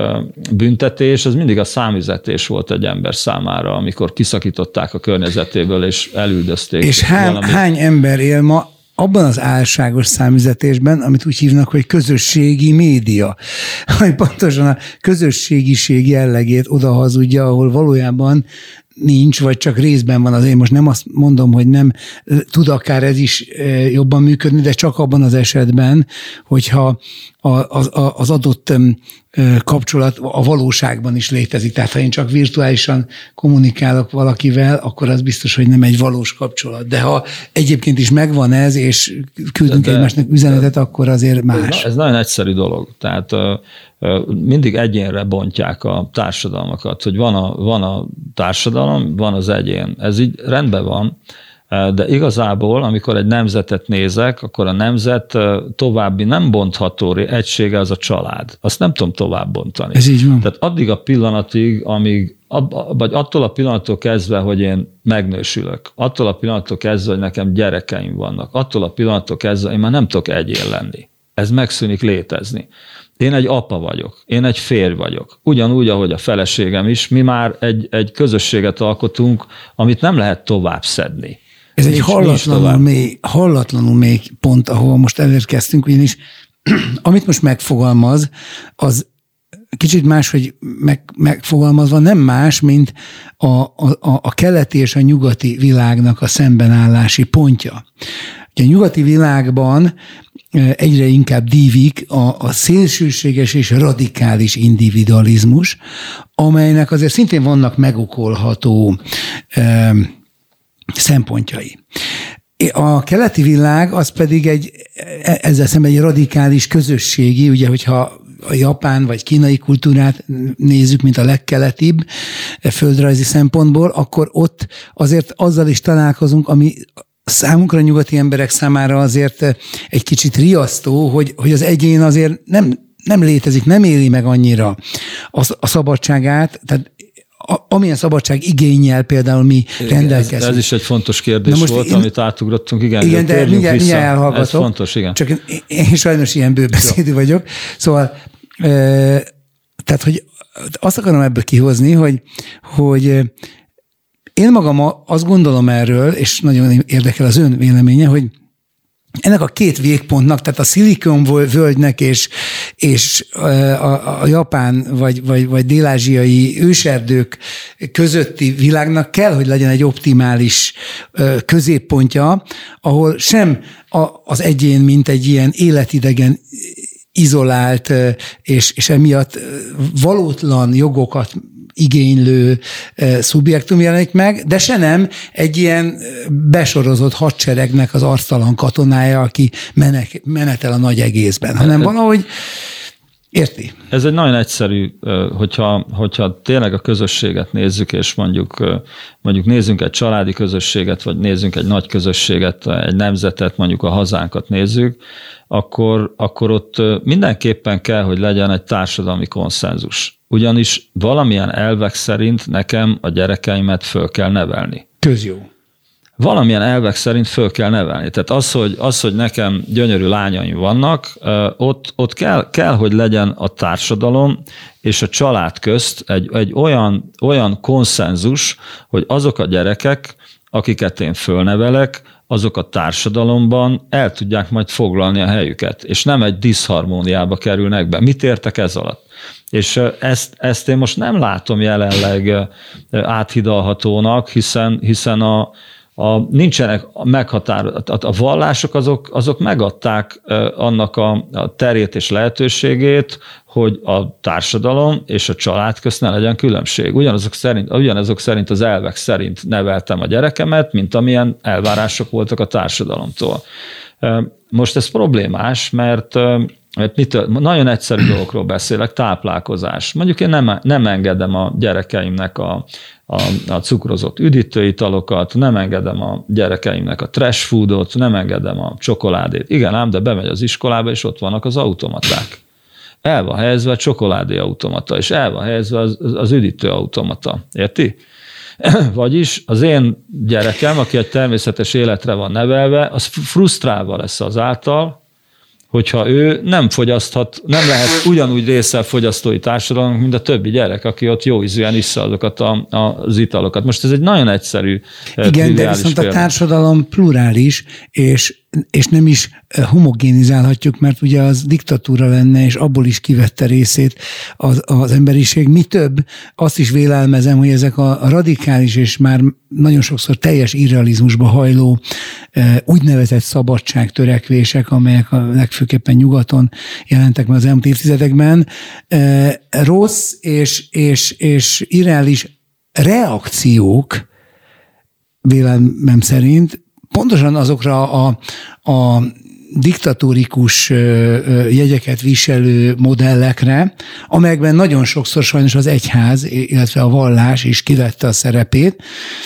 büntetés az mindig a számüzetés volt egy ember számára, amikor kiszakították a környezetéből és elüldözték. És hány, hány ember él ma abban az álságos számüzetésben, amit úgy hívnak, hogy közösségi média, hogy pontosan a közösségiség jellegét odahazudja, ahol valójában nincs, vagy csak részben van az. Én most nem azt mondom, hogy nem tud akár ez is jobban működni, de csak abban az esetben, hogyha az, az adott kapcsolat a valóságban is létezik. Tehát ha én csak virtuálisan kommunikálok valakivel, akkor az biztos, hogy nem egy valós kapcsolat. De ha egyébként is megvan ez, és küldünk de, egymásnak üzenetet, de, akkor azért más. Ez, ez nagyon egyszerű dolog. Tehát mindig egyénre bontják a társadalmakat, hogy van a, van a társadalom, van az egyén. Ez így rendben van, de igazából, amikor egy nemzetet nézek, akkor a nemzet további nem bontható egysége az a család. Azt nem tudom tovább bontani. Ez így van. Tehát addig a pillanatig, amíg, vagy attól a pillanattól kezdve, hogy én megnősülök, attól a pillanattól kezdve, hogy nekem gyerekeim vannak, attól a pillanattól kezdve, én már nem tudok egyén lenni. Ez megszűnik létezni. Én egy apa vagyok, én egy férj vagyok. Ugyanúgy, ahogy a feleségem is, mi már egy, egy közösséget alkotunk, amit nem lehet tovább szedni. Ez nincs, egy hallatlanul mély, hallatlanul mély pont, ahol most elérkeztünk, ugyanis amit most megfogalmaz, az kicsit más, hogy meg, megfogalmazva nem más, mint a, a, a keleti és a nyugati világnak a szembenállási pontja. Ugye a nyugati világban egyre inkább dívik a, a szélsőséges és radikális individualizmus, amelynek azért szintén vannak megokolható e, szempontjai. A keleti világ az pedig egy, ezzel szemben egy radikális közösségi, ugye, hogyha a japán vagy kínai kultúrát nézzük, mint a legkeletibb földrajzi szempontból, akkor ott azért azzal is találkozunk, ami számunkra, nyugati emberek számára azért egy kicsit riasztó, hogy, hogy az egyén azért nem, nem létezik, nem éli meg annyira a, a szabadságát, tehát a, amilyen szabadság igénnyel például mi rendelkezünk. Ez, ez is egy fontos kérdés volt, én, amit átugrottunk. Igen, igen de mindjárt, mindjárt elhallgatok. Ez fontos, igen. Csak én, én sajnos ilyen bőbeszédű vagyok. Szóval, e, tehát, hogy azt akarom ebből kihozni, hogy, hogy én magam azt gondolom erről, és nagyon érdekel az ön véleménye, hogy ennek a két végpontnak, tehát a szilikonvölgynek és, és a, a japán vagy, vagy, vagy dél-ázsiai őserdők közötti világnak kell, hogy legyen egy optimális középpontja, ahol sem az egyén, mint egy ilyen életidegen, izolált és, és emiatt valótlan jogokat igénylő szubjektum jelenik meg, de se nem egy ilyen besorozott hadseregnek az arctalan katonája, aki menek, menetel a nagy egészben, hanem valahogy érti. Ez egy nagyon egyszerű, hogyha, hogyha tényleg a közösséget nézzük, és mondjuk, mondjuk nézzünk egy családi közösséget, vagy nézzünk egy nagy közösséget, egy nemzetet, mondjuk a hazánkat nézzük, akkor, akkor ott mindenképpen kell, hogy legyen egy társadalmi konszenzus. Ugyanis valamilyen elvek szerint nekem a gyerekeimet föl kell nevelni. Közjó. Valamilyen elvek szerint föl kell nevelni. Tehát az, hogy, az, hogy nekem gyönyörű lányaim vannak, ott, ott kell, kell, hogy legyen a társadalom és a család közt egy, egy olyan, olyan konszenzus, hogy azok a gyerekek, akiket én fölnevelek, azok a társadalomban el tudják majd foglalni a helyüket, és nem egy diszharmóniába kerülnek be. Mit értek ez alatt? És ezt, ezt én most nem látom jelenleg áthidalhatónak, hiszen, hiszen a, a, nincsenek meghatározott, a vallások azok, azok megadták annak a, a terét és lehetőségét, hogy a társadalom és a család közt ne legyen különbség. Ugyanazok szerint, ugyanazok szerint az elvek szerint neveltem a gyerekemet, mint amilyen elvárások voltak a társadalomtól. Most ez problémás, mert Mert mitől, nagyon egyszerű dolgokról beszélek, táplálkozás. Mondjuk én nem, nem engedem a gyerekeimnek a, a, a cukrozott üdítőitalokat, nem engedem a gyerekeimnek a trash foodot, nem engedem a csokoládét. Igen ám, de bemegy az iskolába, és ott vannak az automaták. El van helyezve a csokoládé automata, és el van helyezve az, az üdítő automata. Érti? Vagyis az én gyerekem, aki egy természetes életre van nevelve, az frusztrálva lesz azáltal, hogyha ő nem fogyaszthat, nem lehet ugyanúgy része a fogyasztói társadalomnak, mint a többi gyerek, aki ott jó ízűen issza azokat a, a, az italokat. Most ez egy nagyon egyszerű, igen, de viszont példa. A társadalom plurális, és, és nem is homogénizálhatjuk, mert ugye az diktatúra lenne, és abból is kivette részét az, az emberiség. Mi több, azt is vélelmezem, hogy ezek a radikális és már nagyon sokszor teljes irrealizmusba hajló úgynevezett szabadságtörekvések, amelyek a legfőképpen nyugaton jelentek meg az elmúlt évtizedekben, rossz és, és, és irreális reakciók vélemem szerint pontosan azokra a, a diktatórikus jegyeket viselő modellekre, amelyekben nagyon sokszor sajnos az egyház, illetve a vallás is kivette a szerepét,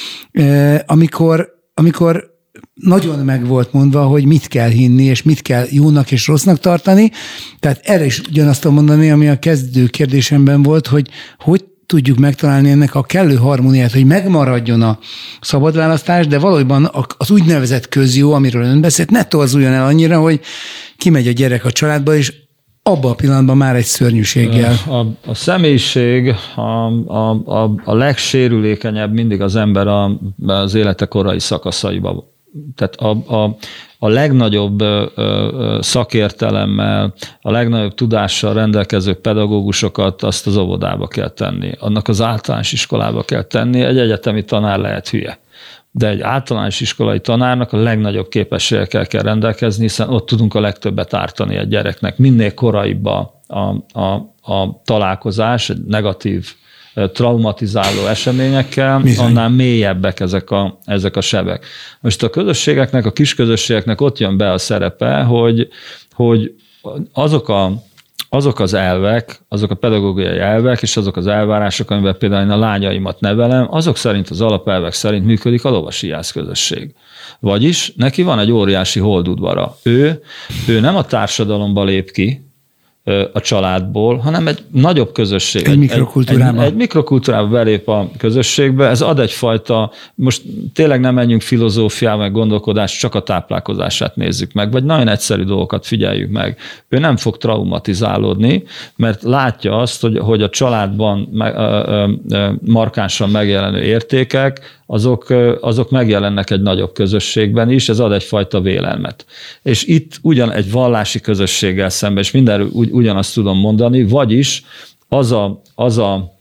amikor, amikor nagyon meg volt mondva, hogy mit kell hinni, és mit kell jónak és rossznak tartani. Tehát erre is ugyanazt tudom mondani, ami a kezdő kérdésemben volt, hogy hogy tudjuk megtalálni ennek a kellő harmóniát, hogy megmaradjon a szabad választás, de valójában az úgynevezett közjó, amiről ön beszélt, ne torzuljon el annyira, hogy kimegy a gyerek a családba, és abban a pillanatban már egy szörnyűséggel. A, a személyiség a, a, a, a legsérülékenyebb mindig az ember a, az élete korai szakaszaiban. Tehát a, a, a legnagyobb ö, ö, szakértelemmel, a legnagyobb tudással rendelkező pedagógusokat azt az óvodába kell tenni. Annak az általános iskolába kell tenni. Egy egyetemi tanár lehet hülye. de egy általános iskolai tanárnak a legnagyobb képességekkel kell rendelkezni, hiszen ott tudunk a legtöbbet ártani egy gyereknek. Minél koraibb a, a, a, a találkozás, egy negatív, traumatizáló eseményekkel, Bizony. annál mélyebbek ezek a, ezek a sebek. Most a közösségeknek, a kisközösségeknek ott jön be a szerepe, hogy, hogy azok a azok az elvek, azok a pedagógiai elvek, és azok az elvárások, amivel például én a lányaimat nevelem, azok szerint, az alapelvek szerint működik a lovasijász közösség. Vagyis neki van egy óriási holdudvara. Ő, ő nem a társadalomba lép ki a családból, hanem egy nagyobb közösség. Egy, egy mikrokultúrába. Egy, egy mikrokultúrába belép a közösségbe, ez ad egyfajta, most tényleg nem menjünk filozófiával, meg gondolkodást, csak a táplálkozását nézzük meg, vagy nagyon egyszerű dolgokat figyeljük meg. Ő nem fog traumatizálódni, mert látja azt, hogy, hogy a családban markánsan megjelenő értékek, azok, azok megjelennek egy nagyobb közösségben is, ez ad egyfajta vélelmet. És itt ugyan egy vallási közösséggel szemben, és mindenről ugy, ugyanazt tudom mondani, vagyis az a, az a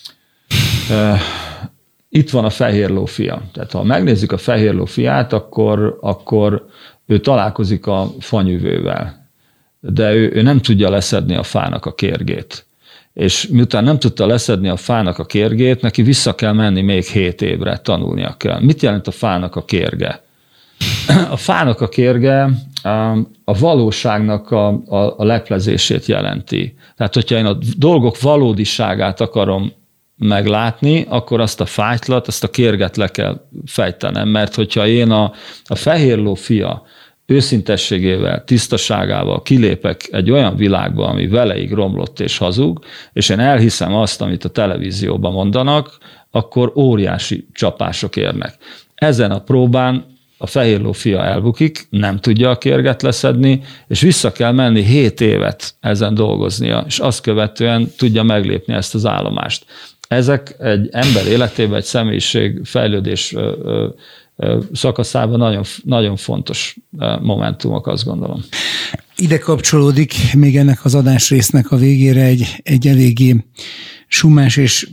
e, itt van a fehér ló fia. Tehát ha megnézzük a fehér ló fiát, akkor, akkor ő találkozik a fanyüvővel, de ő, ő nem tudja leszedni a fának a kérgét. És miután nem tudta leszedni a fának a kérgét, neki vissza kell menni még hét évre, tanulnia kell. Mit jelent a fának a kérge? A fának a kérge a valóságnak a, a, a leplezését jelenti. Tehát, hogyha én a dolgok valódiságát akarom meglátni, akkor azt a fájtlat, azt a kérget le kell fejtenem, mert hogyha én a, a fehér ló fia őszintességével, tisztaságával kilépek egy olyan világba, ami veleig romlott és hazug, és én elhiszem azt, amit a televízióban mondanak, akkor óriási csapások érnek. Ezen a próbán a fehér ló fia elbukik, nem tudja a kérget leszedni, és vissza kell menni hét évet ezen dolgoznia, és azt követően tudja meglépni ezt az állomást. Ezek egy ember életében, egy személyiség fejlődés szakaszában nagyon, nagyon fontos momentumok, azt gondolom. Ide kapcsolódik még ennek az adásrésznek a végére egy, egy eléggé summás és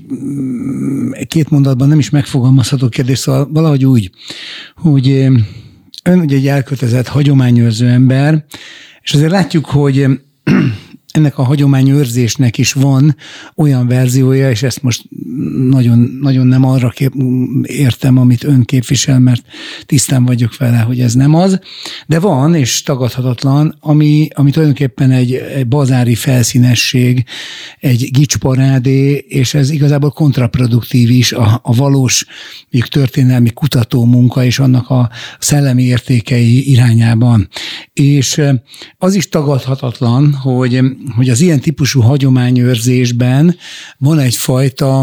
két mondatban nem is megfogalmazható kérdés, szóval valahogy úgy, hogy ön ugye egy elkötelezett hagyományőrző ember, és azért látjuk, hogy ennek a hagyományőrzésnek is van olyan verziója, és ezt most nagyon, nagyon nem arra kép, értem, amit ön képvisel, mert tisztán vagyok vele, hogy ez nem az, de van, és tagadhatatlan, ami, ami tulajdonképpen egy, egy bazári felszínesség, egy gicsparádé, és ez igazából kontraproduktív is a, a valós történelmi kutató munka és annak a szellemi értékei irányában. És az is tagadhatatlan, hogy hogy az ilyen típusú hagyományőrzésben van egyfajta,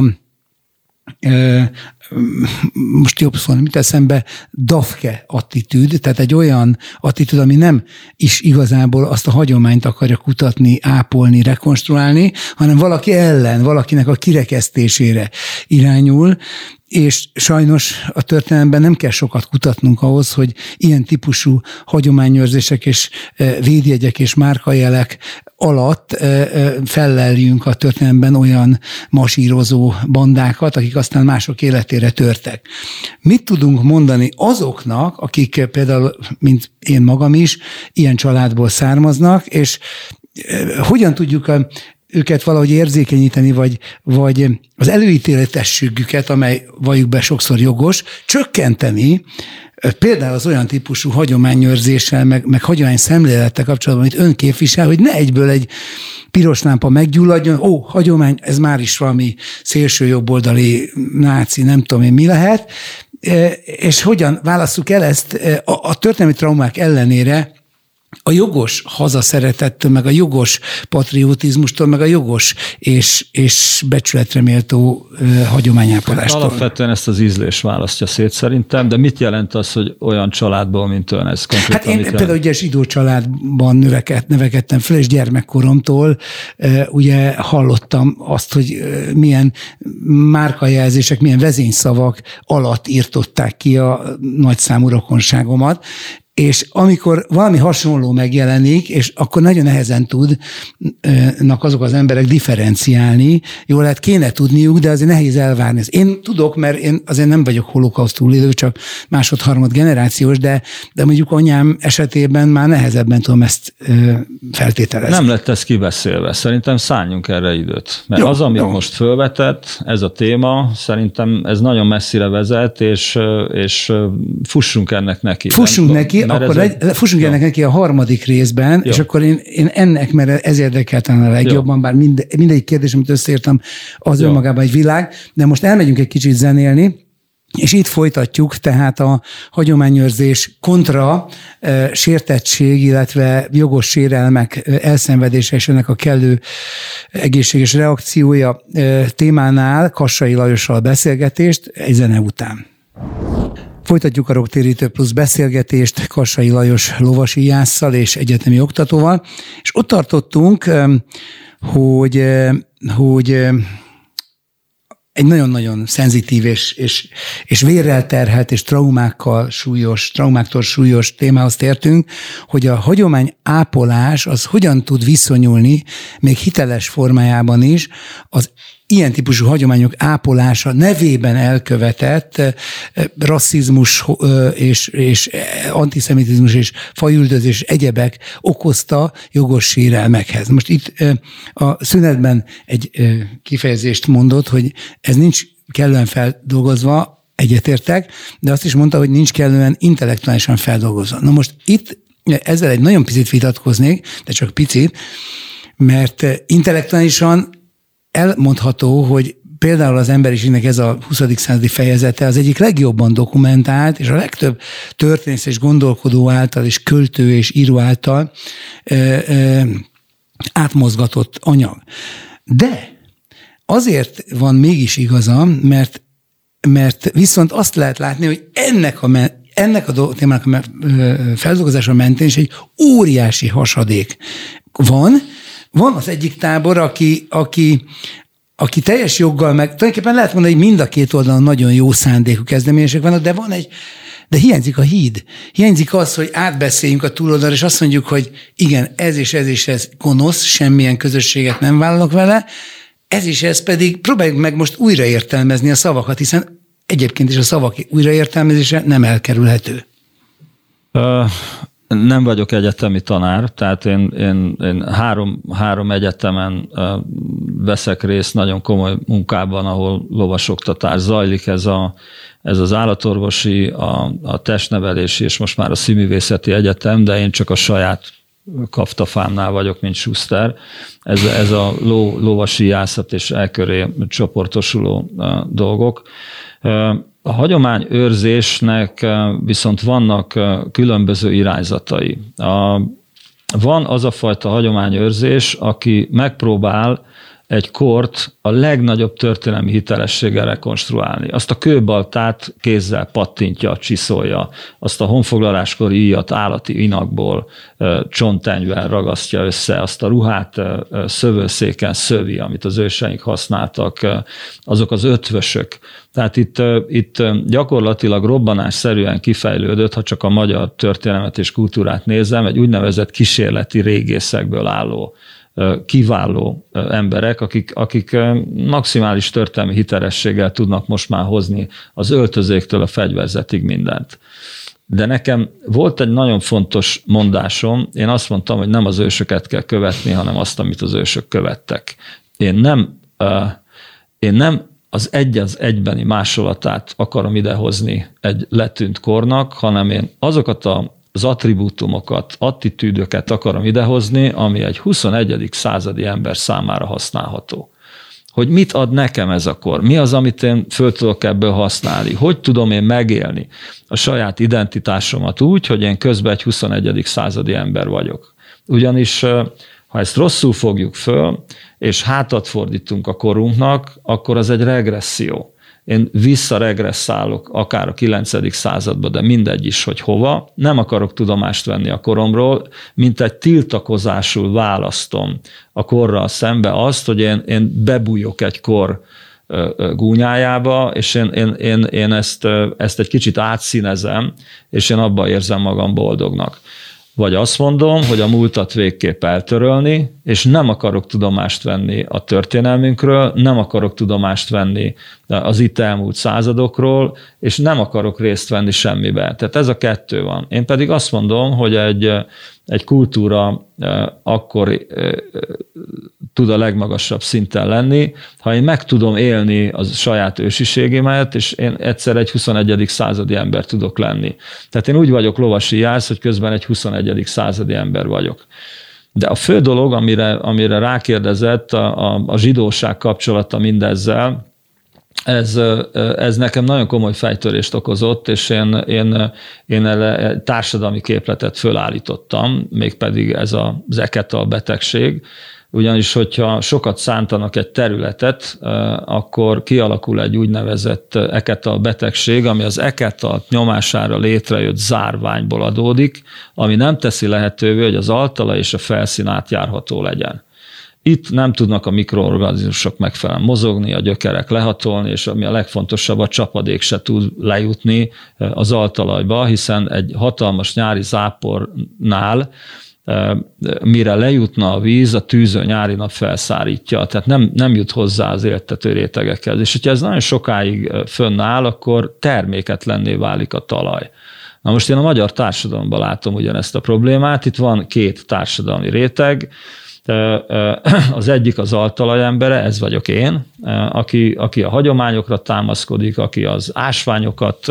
most jobb szó, mit eszembe, dafke attitűd, tehát egy olyan attitűd, ami nem is igazából azt a hagyományt akarja kutatni, ápolni, rekonstruálni, hanem valaki ellen, valakinek a kirekesztésére irányul, és sajnos a történelemben nem kell sokat kutatnunk ahhoz, hogy ilyen típusú hagyományőrzések és védjegyek és márkajelek alatt felleljünk a történelemben olyan masírozó bandákat, akik aztán mások életére törtek. Mit tudunk mondani azoknak, akik például, mint én magam is, ilyen családból származnak, és hogyan tudjuk a őket valahogy érzékenyíteni, vagy, vagy az előítéletességüket, amely valljuk be sokszor jogos, csökkenteni, például az olyan típusú hagyományőrzéssel, meg, meg hagyomány szemlélettel kapcsolatban, amit ön képvisel, hogy ne egyből egy piros lámpa meggyulladjon, ó, hagyomány, ez már is valami szélső jobboldali náci, nem tudom én mi lehet, és hogyan válasszuk el ezt a, a történelmi traumák ellenére, a jogos hazaszeretettől, meg a jogos patriotizmustól, meg a jogos és, és becsületre méltó hagyományápolástól. Hát alapvetően ezt az ízlés választja szét szerintem, de mit jelent az, hogy olyan családból, mint ön ez konkrétan? Hát én például ugye zsidó családban növeked, növekedtem fel, és gyermekkoromtól ugye hallottam azt, hogy milyen márkajelzések, milyen vezényszavak alatt írtották ki a nagyszámú rokonságomat, És amikor valami hasonló megjelenik, és akkor nagyon nehezen tudnak azok az emberek differenciálni, jól lehet kéne tudniuk, de azért nehéz elvárni. Én tudok, mert én azért nem vagyok holokauszt túlélő, csak másod-harmad generációs, de, de mondjuk anyám esetében már nehezebben tudom ezt feltételezni. Nem lett ez kibeszélve. Szerintem szálljunk erre időt. Mert jó, az, amit jó. most fölvetett, ez a téma, szerintem ez nagyon messzire vezet, és, és fussunk ennek neki. Fussunk nem, neki, akkor egy, egy, fussunk jó. ennek neki a harmadik részben, jó. és akkor én, én ennek, mert ez érdekeltem a legjobban, jó. bár mind, mindegyik kérdés, amit összeírtam, az jó. önmagában egy világ, de most elmegyünk egy kicsit zenélni, és itt folytatjuk tehát a hagyományőrzés kontra e, sértettség, illetve jogos sérelmek elszenvedése és ennek a kellő egészséges reakciója e, témánál Kassai Lajossal beszélgetést egy zene után. Folytatjuk a Rocktérítő Plusz beszélgetést Kassai Lajos lovasíjásszal és egyetemi oktatóval, és ott tartottunk, hogy, hogy egy nagyon-nagyon szenzitív és, és, és vérrel terhelt és traumákkal súlyos, traumáktól súlyos témához tértünk, hogy a hagyomány ápolás az hogyan tud viszonyulni, még hiteles formájában is, az ilyen típusú hagyományok ápolása nevében elkövetett rasszizmus és, és antiszemitizmus és fajüldözés egyebek okozta jogos sérelmekhez. Most itt a szünetben egy kifejezést mondott, hogy ez nincs kellően feldolgozva, egyetértek, de azt is mondta, hogy nincs kellően intellektuálisan feldolgozva. Na most itt ezzel egy nagyon picit vitatkoznék, de csak picit, mert intellektuálisan elmondható, hogy például az emberiségnek ez a huszadik századi fejezete az egyik legjobban dokumentált, és a legtöbb történész és gondolkodó által, és költő és író által ö, ö, átmozgatott anyag. De azért van mégis igaza, mert, mert viszont azt lehet látni, hogy ennek a, ennek a témának a feldolgozása mentén is egy óriási hasadék van. Van az egyik tábor, aki, aki, aki teljes joggal, meg tulajdonképpen lehet mondani, hogy mind a két oldalon nagyon jó szándékú kezdeményezések vannak, de van egy, de hiányzik a híd. Hiányzik az, hogy átbeszéljünk a túloldalra, és azt mondjuk, hogy igen, ez és ez és ez gonosz, semmilyen közösséget nem vállalok vele, ez és ez pedig próbáljuk meg most újraértelmezni a szavakat, hiszen egyébként is a szavak újraértelmezése nem elkerülhető. Uh. Nem vagyok egyetemi tanár, tehát én, én, én három, három egyetemen veszek részt nagyon komoly munkában, ahol lovasoktatás zajlik, ez, a, ez az állatorvosi, a, a testnevelési és most már a színművészeti egyetem, de én csak a saját kaftafámnál vagyok, mint Schuster. Ez, ez a ló, lovasíjászat és elköré csoportosuló dolgok. A hagyományőrzésnek viszont vannak különböző irányzatai. Van az a fajta hagyományőrzés, aki megpróbál egy kort a legnagyobb történelmi hitelességgel rekonstruálni. Azt a kőbaltát kézzel pattintja, csiszolja, azt a honfoglaláskori íjat állati inakból csontenyvel ragasztja össze, azt a ruhát szövőszéken szövi, amit az őseink használtak, azok az ötvösök. Tehát itt, itt gyakorlatilag robbanásszerűen kifejlődött, ha csak a magyar történelmet és kultúrát nézem, egy úgynevezett kísérleti régészekből álló kiváló emberek, akik, akik maximális történelmi hitelességgel tudnak most már hozni az öltözéktől a fegyverzetig mindent. De nekem volt egy nagyon fontos mondásom, én azt mondtam, hogy nem az ősöket kell követni, hanem azt, amit az ősök követtek. Én nem, én nem az egy az egybeni másolatát akarom idehozni egy letűnt kornak, hanem én azokat a az attribútumokat, attitűdöket akarom idehozni, ami egy huszonegyedik századi ember számára használható. Hogy mit ad nekem ez a kor? Mi az, amit én föl tudok ebből használni? Hogy tudom én megélni a saját identitásomat úgy, hogy én közben egy huszonegyedik századi ember vagyok? Ugyanis, ha ezt rosszul fogjuk föl, és hátat fordítunk a korunknak, akkor az egy regresszió. Én visszaregresszálok akár a kilencedik századba, de mindegy is, hogy hova. Nem akarok tudomást venni a koromról, mint egy tiltakozásul választom a korral szembe azt, hogy én, én bebújok egy kor gúnyájába, és én, én, én, én ezt, ezt egy kicsit átszínezem, és én abban érzem magam boldognak. Vagy azt mondom, hogy a múltat végképp eltörölni, és nem akarok tudomást venni a történelmünkről, nem akarok tudomást venni az itt elmúlt századokról, és nem akarok részt venni semmibe. Tehát ez a kettő van. Én pedig azt mondom, hogy egy, egy kultúra akkor tud a legmagasabb szinten lenni, ha én meg tudom élni a saját ősiségemet, és én egyszer egy huszonegyedik századi ember tudok lenni. Tehát én úgy vagyok Lovasi Jász, hogy közben egy huszonegyedik századi ember vagyok. De a fő dolog, amire, amire rákérdezett, a, a, a zsidóság kapcsolata mindezzel, ez, ez nekem nagyon komoly fejtörést okozott, és én, én, én társadalmi képletet fölállítottam, mégpedig ez az eketal betegség, ugyanis, hogyha sokat szántanak egy területet, akkor kialakul egy úgynevezett eketal betegség, ami az eketal nyomására létrejött zárványból adódik, ami nem teszi lehetővé, hogy az altala és a felszín átjárható legyen. Itt nem tudnak a mikroorganizmusok megfelelően mozogni, a gyökerek lehatolni, és ami a legfontosabb, a csapadék se tud lejutni az altalajba, hiszen egy hatalmas nyári zápornál mire lejutna a víz, a tűző nyári nap felszárítja, tehát nem, nem jut hozzá az éltető rétegekhez. És hogyha ez nagyon sokáig fönnáll, akkor terméketlenné válik a talaj. Na most én a magyar társadalomban látom ugyanezt a problémát, itt van két társadalmi réteg, az egyik az altalaj embere, ez vagyok én, aki, aki a hagyományokra támaszkodik, aki az ásványokat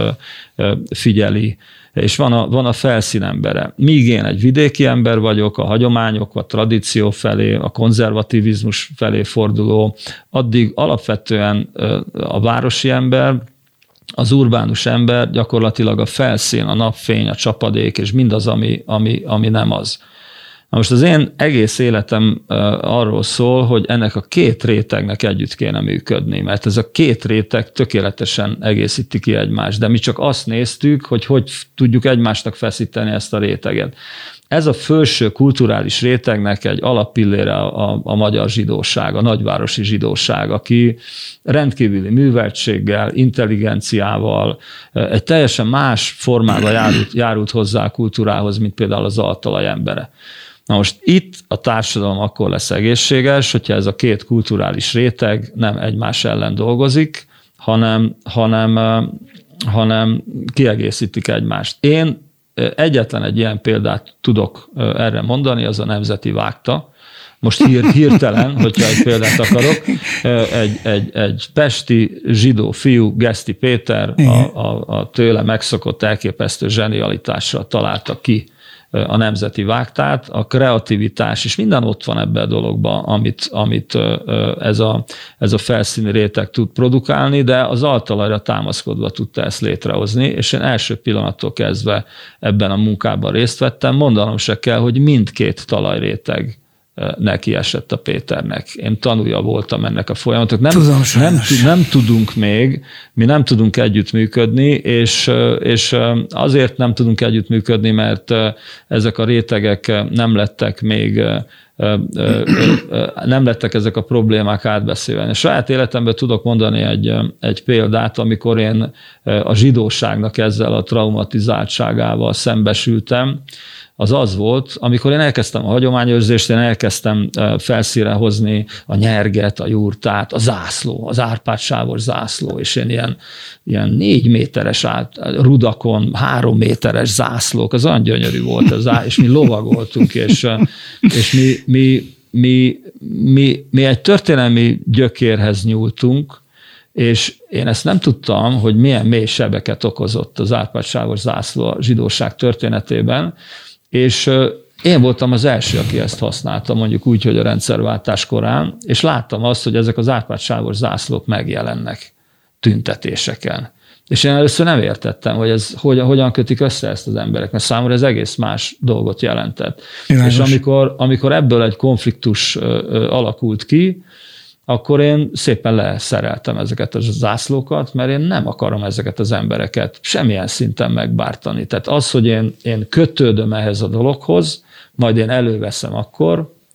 figyeli, és van a, van a felszín embere. Míg én egy vidéki ember vagyok, a hagyományok, a tradíció felé, a konzervativizmus felé forduló, addig alapvetően a városi ember, az urbánus ember gyakorlatilag a felszín, a napfény, a csapadék, és mindaz, ami, ami, ami nem az. Na most az én egész életem arról szól, hogy ennek a két rétegnek együtt kéne működni, mert ez a két réteg tökéletesen egészíti ki egymást, de mi csak azt néztük, hogy hogy tudjuk egymásnak feszíteni ezt a réteget. Ez a felső kulturális rétegnek egy alappillére a, a magyar zsidóság, a nagyvárosi zsidóság, aki rendkívüli műveltséggel, intelligenciával, egy teljesen más formában járult, járult hozzá a kultúrához, mint például az altalaj embere. Na most itt a társadalom akkor lesz egészséges, hogyha ez a két kulturális réteg nem egymás ellen dolgozik, hanem, hanem, hanem kiegészítik egymást. Én egyetlen egy ilyen példát tudok erre mondani, az a Nemzeti Vágta. Most hír, hirtelen, hogyha egy példát akarok, egy, egy, egy pesti zsidó fiú, Geszti Péter a, a, a tőle megszokott elképesztő zsenialitással találta ki a Nemzeti Vágtát, a kreativitás, és minden ott van ebben a dologban, amit, amit ez, a, ez a felszíni réteg tud produkálni, de az altalajra támaszkodva tudta ezt létrehozni, és én első pillanattól kezdve ebben a munkában részt vettem. Mondanom se kell, hogy mindkét talajréteg neki esett a Péternek. Én tanulja voltam ennek a folyamatnak. Nem, Tudom, nem, nem tudunk még, mi nem tudunk együttműködni, és, és azért nem tudunk együttműködni, mert ezek a rétegek nem lettek még, nem lettek ezek a problémák átbeszélve. A saját életemben tudok mondani egy, egy példát, amikor én a zsidóságnak ezzel a traumatizáltságával szembesültem, az az volt, amikor én elkezdtem a hagyományőrzést, én elkezdtem felszínre hozni a nyerget, a jurtát, a zászló, az Árpád-sávos zászló, és én ilyen, ilyen négy méteres át, rudakon, három méteres zászlók, az olyan gyönyörű volt, az, és mi lovagoltunk, és, és mi, mi, mi, mi, mi egy történelmi gyökérhez nyúltunk, és én ezt nem tudtam, hogy milyen mély sebeket okozott az Árpád-sávos zászló a zsidóság történetében, és én voltam az első, aki ezt használta, mondjuk úgy, hogy a rendszerváltás korán, és láttam azt, hogy ezek az Árpád-sávos zászlók megjelennek tüntetéseken. És én először nem értettem, hogy ez hogyan, hogyan kötik össze ezt az emberek, mert számomra ez egész más dolgot jelentett. Irányos. És amikor, amikor ebből egy konfliktus alakult ki, akkor én szépen leszereltem ezeket a zászlókat, mert én nem akarom ezeket az embereket semmilyen szinten megbártani. Tehát az, hogy én, én kötődöm ehhez a dologhoz, majd én előveszem akkor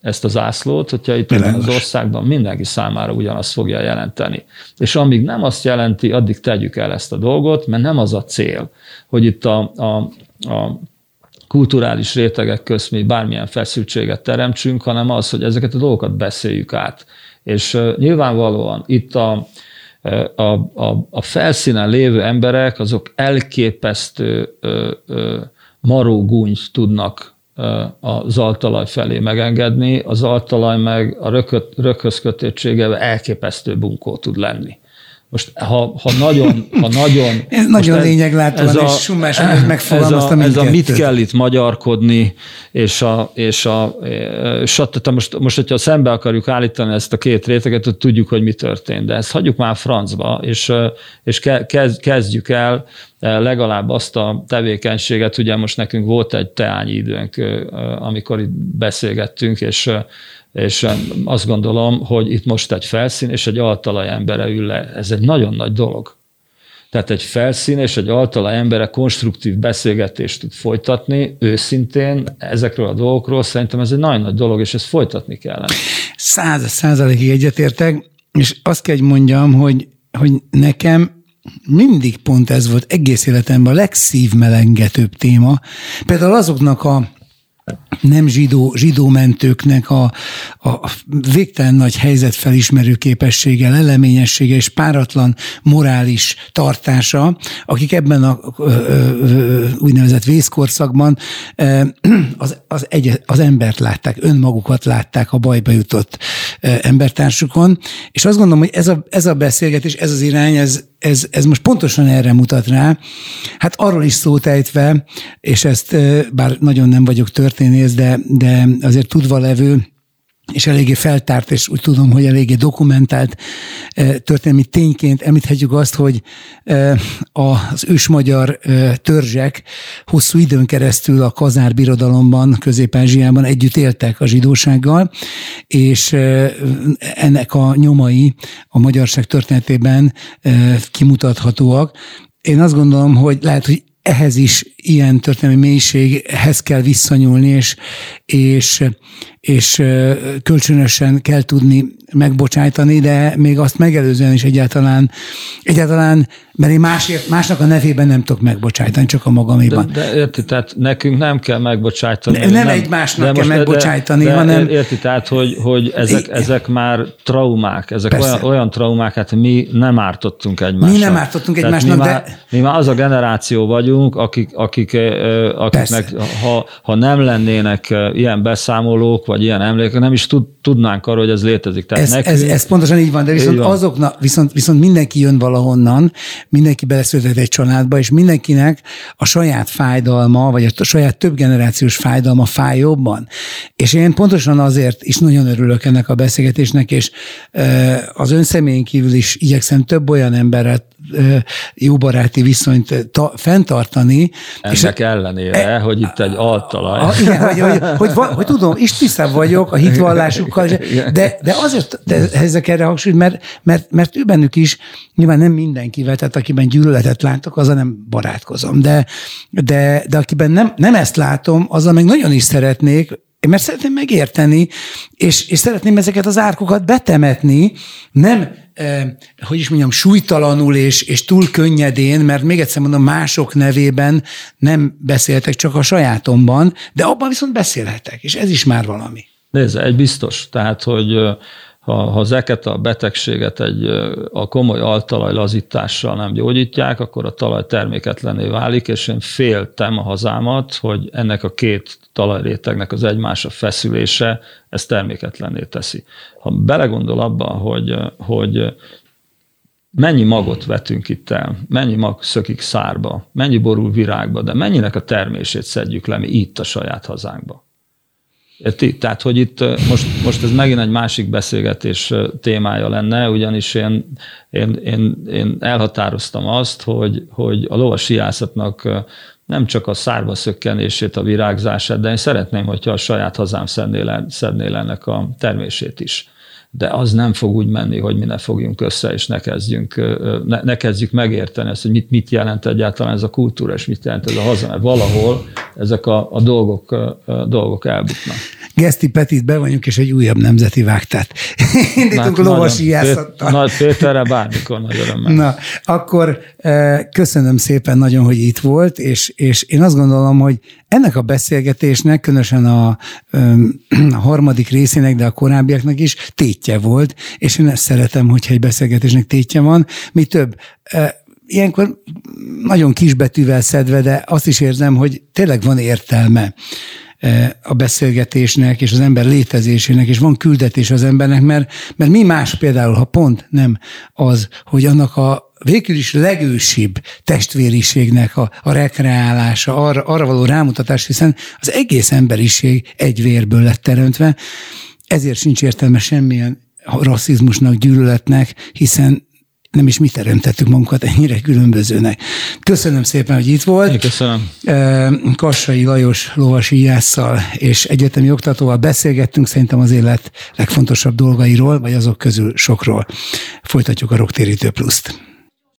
ezt az zászlót, hogyha itt ebben az országban mindenki számára ugyanazt fogja jelenteni. És amíg nem azt jelenti, addig tegyük el ezt a dolgot, mert nem az a cél, hogy itt a, a, a kulturális rétegek közt mi bármilyen feszültséget teremtsünk, hanem az, hogy ezeket a dolgokat beszéljük át. És uh, nyilvánvalóan itt a, a, a, a felszínen lévő emberek, azok elképesztő ö, ö, marógúnyt tudnak a zaltalaj felé megengedni, a zaltalaj meg a rököt, rökhöz kötöttségevel elképesztő bunkó tud lenni. Most ha, ha nagyon... Ha nagyon ez nagyon lényeglátóan, és summásan megfogalmaztam mindkettőt. Ez a mit kell itt magyarkodni, és a... És a és a most, most, hogyha szembe akarjuk állítani ezt a két réteget, hogy tudjuk, hogy mi történt. De ezt hagyjuk már francba, és, és kezdjük el legalább azt a tevékenységet. Ugye most nekünk volt egy teányi időnk, amikor itt beszélgettünk, és és azt gondolom, hogy itt most egy felszín és egy altalaj embere ül le. Ez egy nagyon nagy dolog. Tehát egy felszín és egy altalaj embere konstruktív beszélgetést tud folytatni, őszintén ezekről a dolgokról, szerintem ez egy nagyon nagy dolog, és ezt folytatni kellene. Száz százalékig egyetértek, és azt kell, hogy mondjam, hogy, hogy nekem mindig pont ez volt egész életemben a legszívmelengetőbb téma. Például azoknak a nem zsidó, zsidó mentőknek a, a végtelen nagy helyzetfelismerő képességgel, eleményessége és páratlan morális tartása, akik ebben a ö, ö, úgynevezett vészkorszakban az, az, egy, az embert látták, önmagukat látták a bajba jutott embertársukon, és azt gondolom, hogy ez a, ez a beszélgetés, ez az irány, ez, ez, ez most pontosan erre mutat rá. Hát arról is szót ejtve, és ezt bár nagyon nem vagyok történész, de, de azért tudva levő, és eléggé feltárt, és úgy tudom, hogy eléggé dokumentált történelmi tényként említhetjük azt, hogy az ősmagyar törzsek hosszú időn keresztül a Kazár birodalomban, Közép-Ázsiában együtt éltek a zsidósággal, és ennek a nyomai a magyarság történetében kimutathatóak. Én azt gondolom, hogy lehet, hogy ehhez is ilyen történelmi mélységhez kell visszanyúlni, és, és, és kölcsönösen kell tudni megbocsájtani, de még azt megelőzően is egyáltalán, egyáltalán mert én másért, másnak a nevében nem tudok megbocsájtani, csak a magaméban. De, de érti, tehát nekünk nem kell megbocsájtani. Nem, nem egymásnak kell megbocsájtani, de, de, hanem... Érti, tehát, hogy, hogy ezek, ezek már traumák, ezek olyan, olyan traumák, hát mi nem ártottunk egymásnak. Mi nem ártottunk egymásnak, mi de... Már, mi már az a generáció vagyunk, akik, akik, akiknek ha, ha nem lennének ilyen beszámolók, vagy ilyen emlékek, nem is tud, tudnánk arról, hogy ez létezik. Tehát ez, nekünk, ez, ez pontosan így van, de viszont, van. Azoknak, viszont, viszont mindenki jön valahonnan, mindenki beleszületett egy családba, és mindenkinek a saját fájdalma, vagy a saját több generációs fájdalma fáj jobban. És én pontosan azért is nagyon örülök ennek a beszélgetésnek, és az ön személyén kívül is igyekszem több olyan emberrel jó baráti viszonyt ta, fenntartani. Ennek és ellenére, e, hogy itt egy altalaj. A, igen, hogy, hogy, hogy, hogy, hogy tudom, is tisztább vagyok a hitvallásukkal, de, de azért de ezek erre hangsúlyt, mert, mert, mert ő bennük is, nyilván nem mindenkivel, tehát akiben gyűlöletet látok, azzal nem barátkozom, de, de, de akiben nem, nem ezt látom, azzal meg nagyon is szeretnék, mert szeretném megérteni, és, és szeretném ezeket az árkokat betemetni, nem, eh, hogy is mondjam, súlytalanul és, és túl könnyedén, mert még egyszer mondom, mások nevében nem beszéltek, csak a sajátomban, de abban viszont beszélhetek, és ez is már valami. Nézd, egy biztos, tehát, hogy ha, ha ezeket a betegséget egy, a komoly altalaj lazítással nem gyógyítják, akkor a talaj terméketlenné válik, és én féltem a hazámat, hogy ennek a két talajrétegnek az egymásra feszülése ezt terméketlenné teszi. Ha belegondol abba, hogy, hogy mennyi magot vetünk itt el, mennyi mag szökik szárba, mennyi borul virágba, de mennyinek a termését szedjük le mi itt a saját hazánkba. Érti? Tehát, hogy itt most, most ez megint egy másik beszélgetés témája lenne, ugyanis én, én, én, én elhatároztam azt, hogy, hogy a lovasiászatnak nem csak a szárba szökkenését, a virágzását, de én szeretném, hogyha a saját hazám szedné le, szedné le ennek a termését is. De az nem fog úgy menni, hogy mi ne fogjunk össze, és ne kezdjünk, ne, ne kezdjük megérteni ezt, hogy mit, mit jelent egyáltalán ez a kultúra, és mit jelent ez a haza, mert valahol ezek a, a dolgok, a dolgok elbuknak. Geszti Petit bevonjuk, és egy újabb nemzeti vágtát indítunk lovasíjászattal. Nagy Péterre bármikor nagy örömmel. Na, akkor köszönöm szépen nagyon, hogy itt volt, és, és én azt gondolom, hogy ennek a beszélgetésnek, különösen a, a harmadik részének, de a korábbiaknak is tétje volt, és én ezt szeretem, hogyha egy beszélgetésnek tétje van. Mi több, ilyenkor nagyon kisbetűvel szedve, de azt is érzem, hogy tényleg van értelme a beszélgetésnek és az ember létezésének, és van küldetés az embernek, mert, mert mi más például, ha pont nem az, hogy annak a végül is legősibb testvériségnek a, a rekreálása, arra, arra való rámutatás, hiszen az egész emberiség egy vérből lett teremtve, ezért sincs értelme semmilyen rasszizmusnak, gyűlöletnek, hiszen nem is mi teremtettük magunkat ennyire különbözőnek. Köszönöm szépen, hogy itt volt. Én köszönöm. Kassai Lajos lovasíjásszal és egyetemi oktatóval beszélgettünk szerintem az élet legfontosabb dolgairól, vagy azok közül sokról. Folytatjuk a Rocktérítő Pluszt.